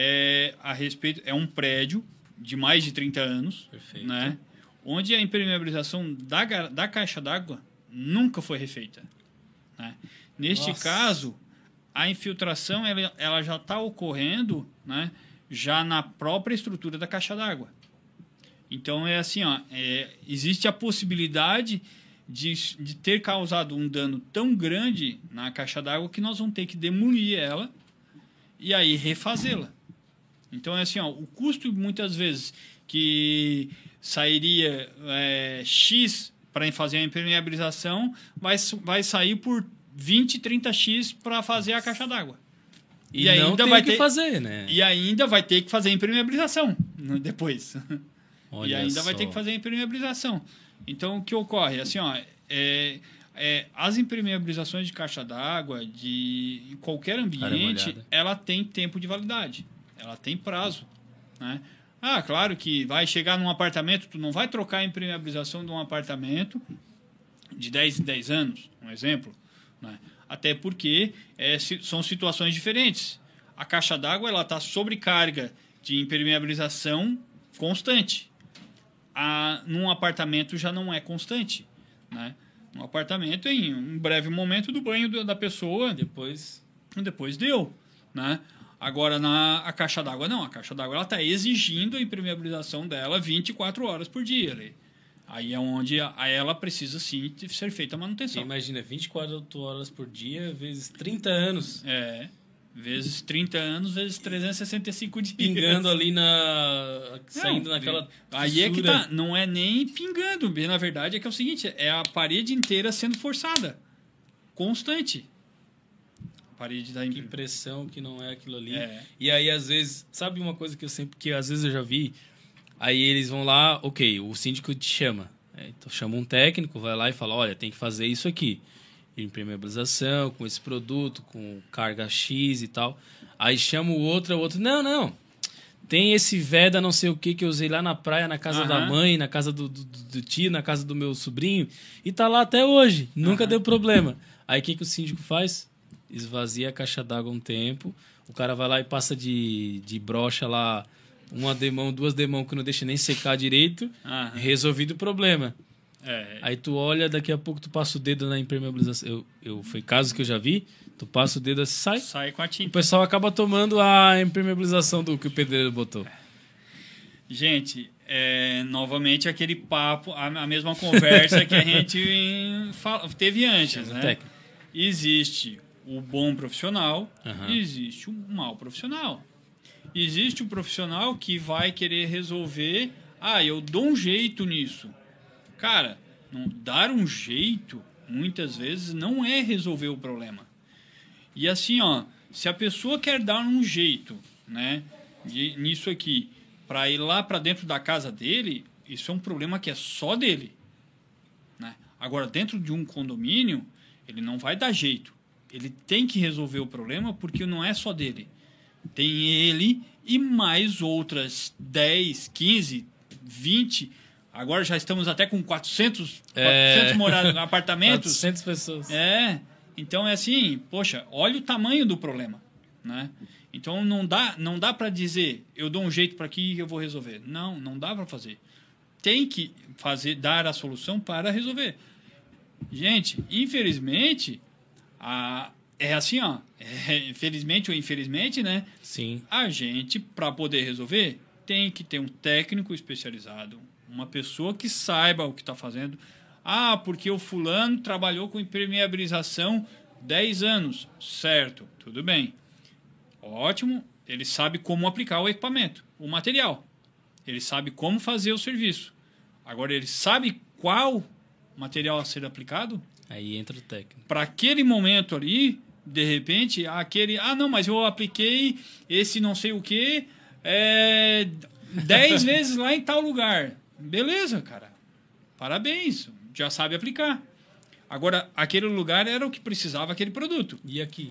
é um prédio de mais de 30 anos. Perfeito. Né? Onde a impermeabilização da caixa d'água nunca foi refeita. Né? Neste caso, a infiltração ela já está ocorrendo, né, já na própria estrutura da caixa d'água. Então, é assim, existe a possibilidade de ter causado um dano tão grande na caixa d'água que nós vamos ter que demolir ela e aí refazê-la. Então, é assim, o custo, muitas vezes, que sairia X para fazer a impermeabilização, vai sair por 20, 30X para fazer a caixa d'água. E ainda vai ter que fazer, né? E ainda vai ter que fazer a impermeabilização depois. Olha e ainda só. vai ter que fazer a impermeabilização. Então, o que ocorre? Assim, as impermeabilizações de caixa d'água, em qualquer ambiente, ela tem tempo de validade. Ela tem prazo, né? Claro que vai chegar num apartamento, tu não vai trocar a impermeabilização de um apartamento de 10 em 10 anos, um exemplo. Né? Até porque são situações diferentes. A caixa d'água está sobrecarga de impermeabilização constante. Num apartamento já não é constante. Né? No apartamento, em um breve momento do banho da pessoa, depois deu. Né? Agora, a caixa d'água, não. A caixa d'água está exigindo a impermeabilização dela 24 horas por dia. Ali. Aí é onde ela precisa, sim, ser feita a manutenção. Você imagina, 24 horas por dia vezes 30 anos. Vezes 30 anos, vezes 365 dias. Pingando ali saindo naquela aí é que tá. Não é nem pingando. Na verdade, é que é o seguinte. É a parede inteira sendo forçada. Constante. Parede da que impressão que não é aquilo ali. E aí, às vezes, sabe uma coisa que às vezes eu já vi? Aí eles vão lá, o síndico te chama. Então chama um técnico, vai lá e fala, olha, tem que fazer isso aqui. Impermeabilização, com esse produto, com carga X e tal. Aí chama o outro, não. Tem esse Veda não sei o que eu usei lá na praia, na casa da mãe, na casa do tio, na casa do meu sobrinho. E tá lá até hoje. Nunca deu problema. Aí o que o síndico faz? Esvazia a caixa d'água um tempo, o cara vai lá e passa de brocha lá uma demão, 2 demão que não deixa nem secar direito, resolvido o problema. Aí tu olha, daqui a pouco tu passa o dedo na impermeabilização. Foi casos que eu já vi, tu passa o dedo assim, sai com a tinta. O pessoal acaba tomando a impermeabilização do que o pedreiro botou. Gente, novamente aquele papo, a mesma conversa que a gente teve antes, né? Técnico. Existe o bom profissional e existe o mau profissional. Existe o profissional que vai querer resolver, eu dou um jeito nisso. Cara, dar um jeito, muitas vezes, não é resolver o problema. E assim, se a pessoa quer dar um jeito, né, nisso aqui, para ir lá para dentro da casa dele, isso é um problema que é só dele. Né? Agora, dentro de um condomínio, ele não vai dar jeito. Ele tem que resolver o problema porque não é só dele. Tem ele e mais outras 10, 15, 20... Agora já estamos até com 400 apartamentos. 400 pessoas. Então é assim, poxa, olha o tamanho do problema, né? Então não dá para dizer, eu dou um jeito para aqui e eu vou resolver. Não dá para fazer. Tem que dar a solução para resolver. Gente, infelizmente, é assim, infelizmente ou infelizmente, né? Sim. A gente, para poder resolver, tem que ter um técnico especializado, uma pessoa que saiba o que está fazendo. Porque o fulano trabalhou com impermeabilização 10 anos. Certo, tudo bem. Ótimo, ele sabe como aplicar o equipamento, o material. Ele sabe como fazer o serviço. Agora, ele sabe qual material a ser aplicado? Aí entra o técnico. Para aquele momento ali, de repente, não, mas eu apliquei esse não sei o quê 10 vezes lá em tal lugar. Beleza, cara. Parabéns. Já sabe aplicar. Agora, aquele lugar era o que precisava aquele produto. E aqui?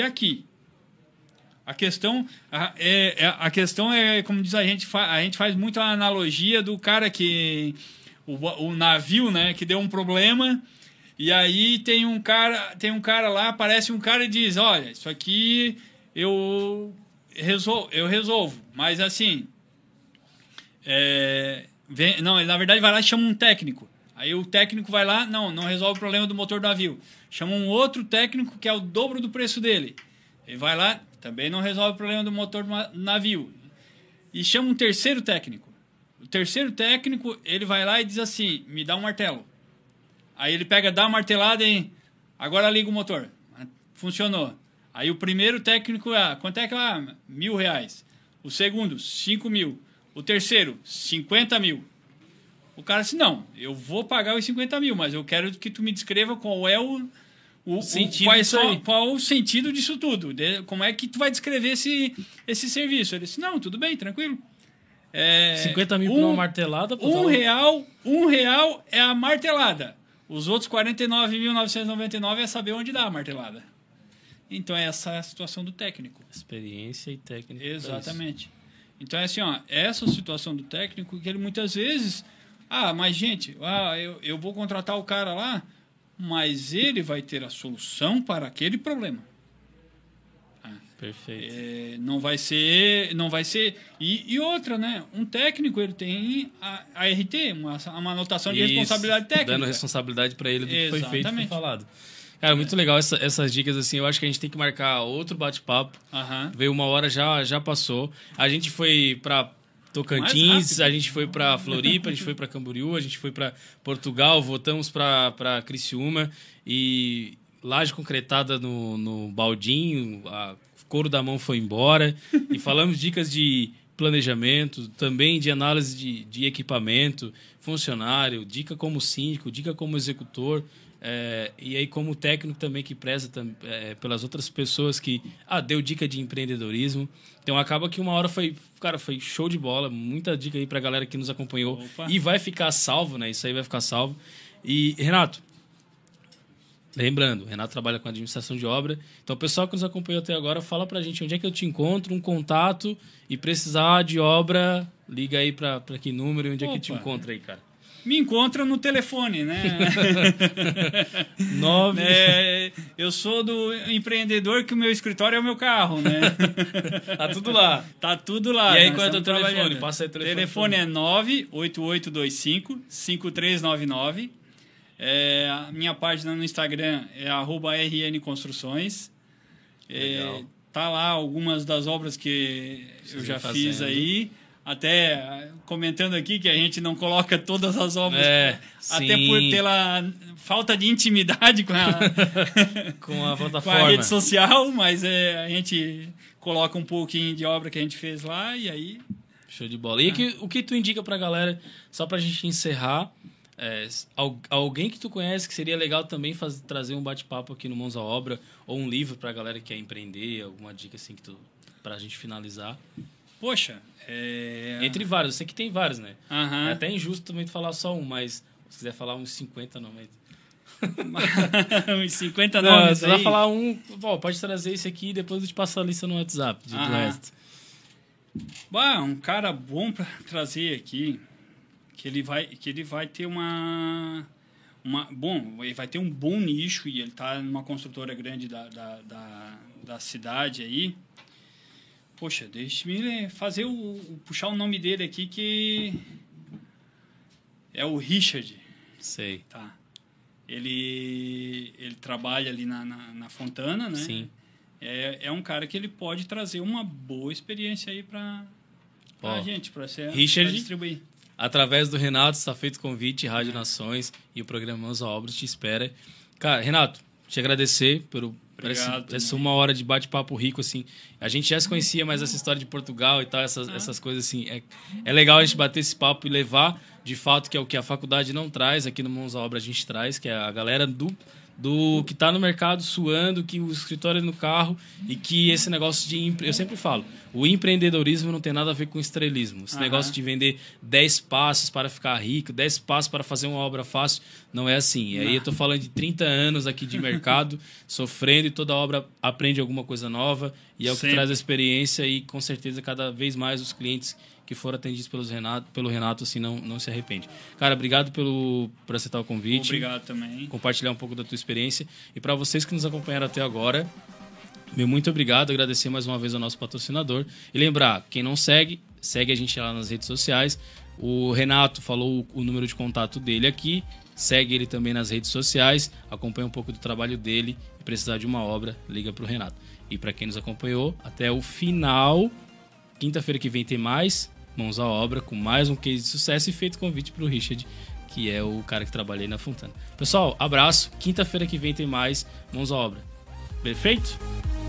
A questão é, como diz a gente faz muito a analogia do cara que... O navio, né, que deu um problema, e aí tem um cara lá, aparece um cara e diz, olha, isso aqui eu resolvo. Mas assim... ele na verdade vai lá e chama um técnico. Aí o técnico vai lá, não resolve o problema do motor do navio. Chama um outro técnico que é o dobro do preço dele. Ele vai lá, também não resolve o problema do motor do navio. E chama um terceiro técnico. O terceiro técnico, ele vai lá e diz assim, me dá um martelo. Aí ele dá uma martelada e agora liga o motor. Funcionou. Aí o primeiro técnico, quanto é que é? R$1.000. O segundo, 5.000. O terceiro, 50 mil. O cara disse, não, eu vou pagar os 50 mil, mas eu quero que tu me descreva qual é qual o sentido disso tudo. Como é que tu vai descrever esse serviço? Ele disse, não, tudo bem, tranquilo. 50 mil por uma martelada? R$1 é a martelada. Os outros 49.999 é saber onde dá a martelada. Então, essa é a situação do técnico. Experiência e técnica. Exatamente. Então, é assim, essa situação do técnico, que ele muitas vezes... mas gente, eu vou contratar o cara lá, mas ele vai ter a solução para aquele problema. Perfeito. Não vai ser... E outra, né? Um técnico, ele tem a RT, uma anotação de responsabilidade técnica. Dando responsabilidade para ele do que foi feito e foi falado. Cara, muito legal essas dicas, assim. Eu acho que a gente tem que marcar outro bate-papo. Veio 1 hora, já passou. A gente foi para Tocantins, a gente foi para Floripa, a gente foi para Camboriú, a gente foi para Portugal, voltamos para Criciúma e laje concretada no baldinho, a couro da mão foi embora e falamos dicas de planejamento, também de análise de equipamento, funcionário, dica como síndico, dica como executor. E aí como técnico também que preza pelas outras pessoas que deu dica de empreendedorismo. Então acaba que 1 hora foi show de bola, muita dica aí pra galera que nos acompanhou. Opa. E vai ficar salvo, né? Isso aí vai ficar salvo. E Renato, lembrando, o Renato trabalha com administração de obra. Então o pessoal que nos acompanhou até agora, fala pra gente onde é que eu te encontro, um contato, e precisar de obra, liga aí pra que número e onde é que te encontra aí, cara. Me encontra no telefone, né? 9. Eu sou do empreendedor que o meu escritório é o meu carro, né? Tá tudo lá. Tá tudo lá. E aí, nós qual é o teu estamos telefone? trabalhando. Passa aí o telefone. O telefone é 98825-5399. A minha página no Instagram é @rnconstruções. Tá lá algumas das obras que eu já fiz aí. Até comentando aqui que a gente não coloca todas as obras, até pela falta de intimidade com a plataforma, com a rede social, mas a gente coloca um pouquinho de obra que a gente fez lá e aí... Show de bola. E o que tu indica pra galera, só pra gente encerrar, alguém que tu conhece que seria legal também trazer um bate-papo aqui no Mãos à Obra, ou um livro pra galera que quer empreender, alguma dica assim pra gente finalizar? Poxa... Entre vários, eu sei que tem vários, né? Uhum. É até injusto também falar só um, mas se quiser falar uns 50 nomes. Uns 50 nomes aí. Você vai falar um, pode trazer esse aqui e depois eu te passo a lista no WhatsApp do resto. Um cara bom para trazer aqui, que ele vai ter ele vai ter um bom nicho e ele tá numa construtora grande da cidade aí. Poxa, deixa-me puxar o nome dele aqui, que é o Richard. Sei. Tá. Ele trabalha ali na Fontana, né? Sim. É um cara que ele pode trazer uma boa experiência aí pra gente, pra distribuir. Através do Renato, está feito o convite, Rádio Nações e o programa Mãos à Obra te espera. Cara, Renato, te agradecer essa 1 hora de bate-papo rico, assim. A gente já se conhecia, mas essa história de Portugal e tal, essas coisas, assim, é legal a gente bater esse papo e levar, de fato, que é o que a faculdade não traz, aqui no Mãos à Obra a gente traz, que é a galera do que está no mercado suando, que o escritório é no carro e que esse negócio eu sempre falo, o empreendedorismo não tem nada a ver com estrelismo. Esse negócio de vender 10 passos para ficar rico, 10 passos para fazer uma obra fácil, não é assim. E aí eu tô falando de 30 anos aqui de mercado, sofrendo, e toda obra aprende alguma coisa nova, e é o que traz a experiência, e com certeza cada vez mais os clientes que foram atendidos pelo Renato, assim, não se arrepende. Cara, obrigado por aceitar o convite. Obrigado também. Compartilhar um pouco da tua experiência. E para vocês que nos acompanharam até agora, meu muito obrigado. Agradecer mais uma vez ao nosso patrocinador. E lembrar, quem não segue a gente lá nas redes sociais. O Renato falou o número de contato dele aqui. Segue ele também nas redes sociais. Acompanha um pouco do trabalho dele. E precisar de uma obra, liga para o Renato. E para quem nos acompanhou, até o final. Quinta-feira que vem tem mais Mãos à Obra, com mais um case de sucesso, e feito convite para o Richard, que é o cara que trabalha aí na Fontana. Pessoal, abraço. Quinta-feira que vem tem mais Mãos à Obra. Perfeito?